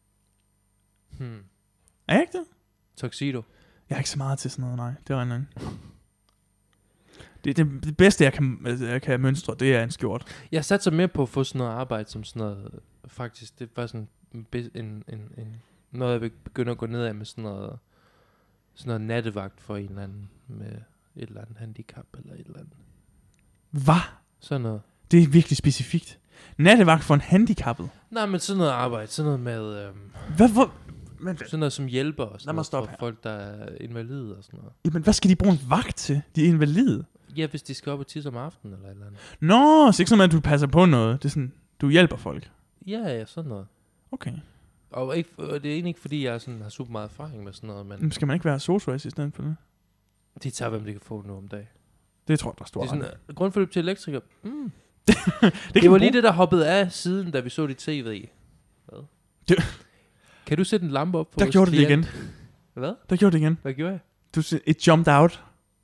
Hmm. Er jeg ikke det? Tuxedo. Jeg er ikke så meget til sådan noget, nej. Det er rent det, det, det bedste, jeg kan, jeg kan mønstre, det er en skjort. Jeg satte sig mere på at få sådan noget arbejde som sådan noget... Faktisk, det var sådan en, bes- en, en, en noget, jeg vil begynde at gå ned af med sådan noget... Sådan noget nattevagt for en eller anden med et eller andet handicap eller et eller andet. Hvad? Sådan noget. Det er virkelig specifikt. Nattevagt for en handicappet. Nej, men sådan noget arbejde. Sådan noget med... Øhm, Hvad, hvor, men, sådan noget som hjælper og sådan Lad mig noget stoppe for her. folk, der er invalide og sådan noget. jamen, hvad skal de bruge en vagt til? De er invalide. Ja, hvis de skal op og tisse om aftenen eller et eller andet. Nå, så ikke sådan, at du passer på noget. Det er sådan, du hjælper folk. Ja, ja, sådan noget. Okay. Og, ikke, og det er egentlig ikke, fordi jeg sådan har super meget erfaring med sådan noget, men Men skal man ikke være sosu-assistent for det? de tager, hvem de kan få nu om dagen. Det tror jeg, der står. Det er sådan, uh, grundforløb til elektriker. Mm. det, Det, det var lige det, der hoppede af siden, da vi så det i tv. Hvad? Det- Kan du sætte en lampe op på Der vores gjorde det klient? igen. Hvad? Der gjorde det igen. Hvad gjorde jeg? Du, s- it jumped out.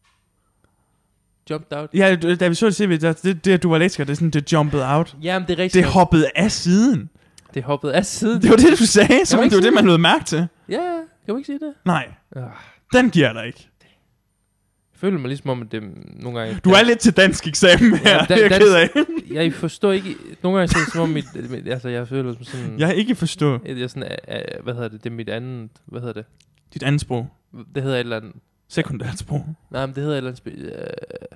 Jumped out? Ja, du- da vi så det tv, der, det, det, at du var elektriker, det er sådan, det jumped out. Jamen, det er rigtigt. Det hoppede af siden. det hoppede af siden. Det var det, du sagde, som om ikke det var sige det, man lød mærke til. Ja, ja. Kan du ikke sige det? Nej, Ah. den giver jeg dig ikke. Jeg føler mig ligesom om, at det nogle gange... Du er lidt til dansk eksamen her, Ja, det er jeg dan- ked af. Jeg forstår ikke... Nogle gange så er det som om mit... mit altså, jeg føler som sådan... Jeg har ikke forstået Jeg er sådan... Uh, hvad hedder det? Det er mit andet... Hvad hedder det? dit andet sprog. Det hedder et eller andet... Sekundært sprog. Nej, men det hedder et eller andet... Sp-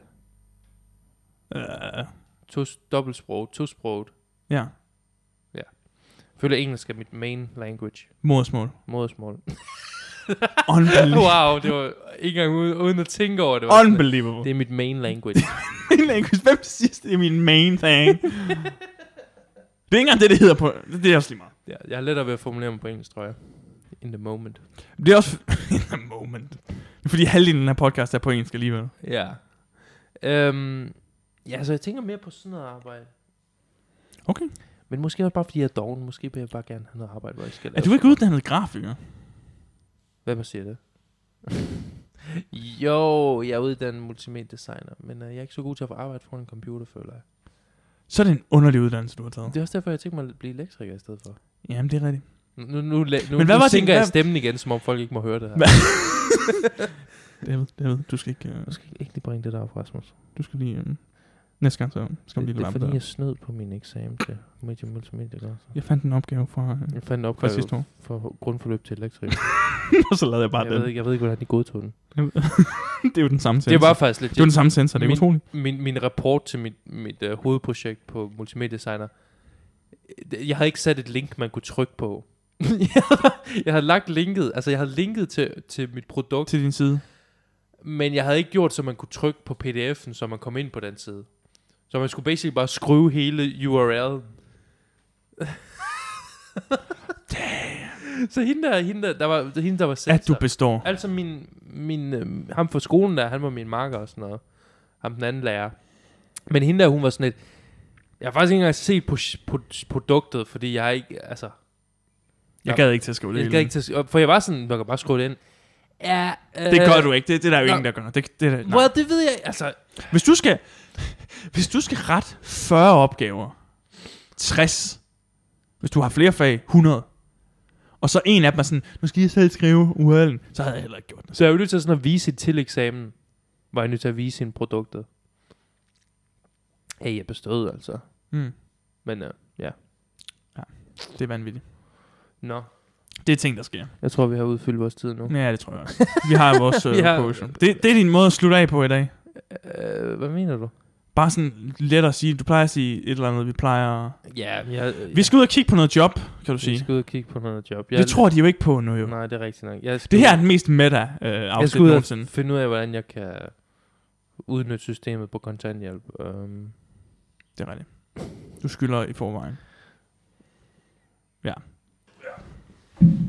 uh, Uh, tos, dobbeltsprog. Tosproget. ja, Jeg føler, engelsk er mit main language. modersmål. Modersmål. Unbelievable. Wow, det var ikke engang uden, uden at tænke over det. Var sådan, Unbelievable. det er mit main language. Min language. Hvem siger, det er min main thing? Det er ikke engang det, det hedder på. Det, det er også lige meget. Ja, jeg er lettere ved at formulere mig på engelsk, tror jeg. In the moment. Det er også... In a moment. Det er fordi halvdelen af den her podcast er på engelsk alligevel. Ja. Øhm, ja, så jeg tænker mere på sådan noget arbejde. Okay. Men måske også bare fordi jeg er doven. Måske vil jeg bare gerne have noget arbejde, hvor jeg skal lave Er du ikke uddannet grafiker? Hvad man siger det? Jo, jeg er uddannet multimediedesigner, men uh, jeg er ikke så god til at få arbejde foran en computer, føler jeg. Så er det en underlig uddannelse, du har taget. Det er også derfor, jeg tænker mig at blive elektriker i stedet for. Jamen, det er rigtigt. Nu, nu, nu, nu, Men hvad nu var sænker det- jeg hvad- stemmen igen, som om folk ikke må høre det her. Hvad? David, David, du skal ikke... Uh, Du skal ikke lige bringe det der op, Rasmus. du skal lige... Um, næste gang, så skal du Det, lige det er lampe fordi, der. jeg snød på min eksamen til medie multimedia. Altså. Jeg fandt en opgave fra, uh, Jeg fandt en fra opgave sidste år. for grundforløb til elektriker. Og så lavede jeg bare jeg, den. ved ikke, jeg ved ikke, hvordan de godtog den. Det er jo den samme sensor. Det var faktisk lidt... det var den samme sensor, det er Min- utroligt. Min, min rapport til mit, mit uh, hovedprojekt på multimediedesigner, øh, jeg havde ikke sat et link, man kunne trykke på. jeg havde lagt linket, altså jeg havde linket til, til mit produkt. Til din side. Men jeg havde ikke gjort, så man kunne trykke på P D F'en, så man kom ind på den side. Så man skulle basically bare skrive hele U R L'en. Damn. Så hende der, hende der, der var, hende der var sensor. At du består. Altså min, min øh, ham fra skolen der, han var min marker og sådan noget. Ham den anden lærer. Men hende der, hun var sådan lidt, jeg har faktisk ikke engang set på, på produktet, fordi jeg har ikke, altså... Jeg, jeg gad ikke til at skrive det. Jeg gad ikke til at, for jeg var sådan, man kan bare skrive det ind. Ja, øh, det gør du ikke, det, det der er jo ingen, der gør. Det, det, det, well, det ved jeg, altså... Hvis du skal, hvis du skal rette fyrre opgaver, tres, hvis du har flere fag, hundrede, og så en af dem er sådan, nu skal jeg selv skrive U R L'en, så havde jeg heller ikke gjort det. Så jeg er jo nødt til sådan at vise et til eksamen, var jeg nødt til at vise sine produkter. Hey, jeg bestod altså. Mm. Men uh, ja. Ja, det er vanvittigt. Nå. Det er ting, der sker. Jeg tror, vi har udfyldt vores tid nu. Ja, det tror jeg også. Vi har vores uh, har, position. Det, det er din måde at slutte af på i dag. Uh, hvad mener du? Bare sådan let at sige, du plejer at sige et eller andet, vi plejer... Ja, jeg, vi skal ud og kigge på noget job, kan du sige. Vi skal ud og kigge på noget job. Jeg, det tror de jo ikke på nu, jo. Nej, det er rigtigt nok. Jeg det her er den mest meta-afsnit uh, Jeg skal ud nogensinde. og finde ud af, hvordan jeg kan udnytte systemet på kontanthjælp. Um. Det er rigtigt. Du skylder i forvejen. Ja. Ja.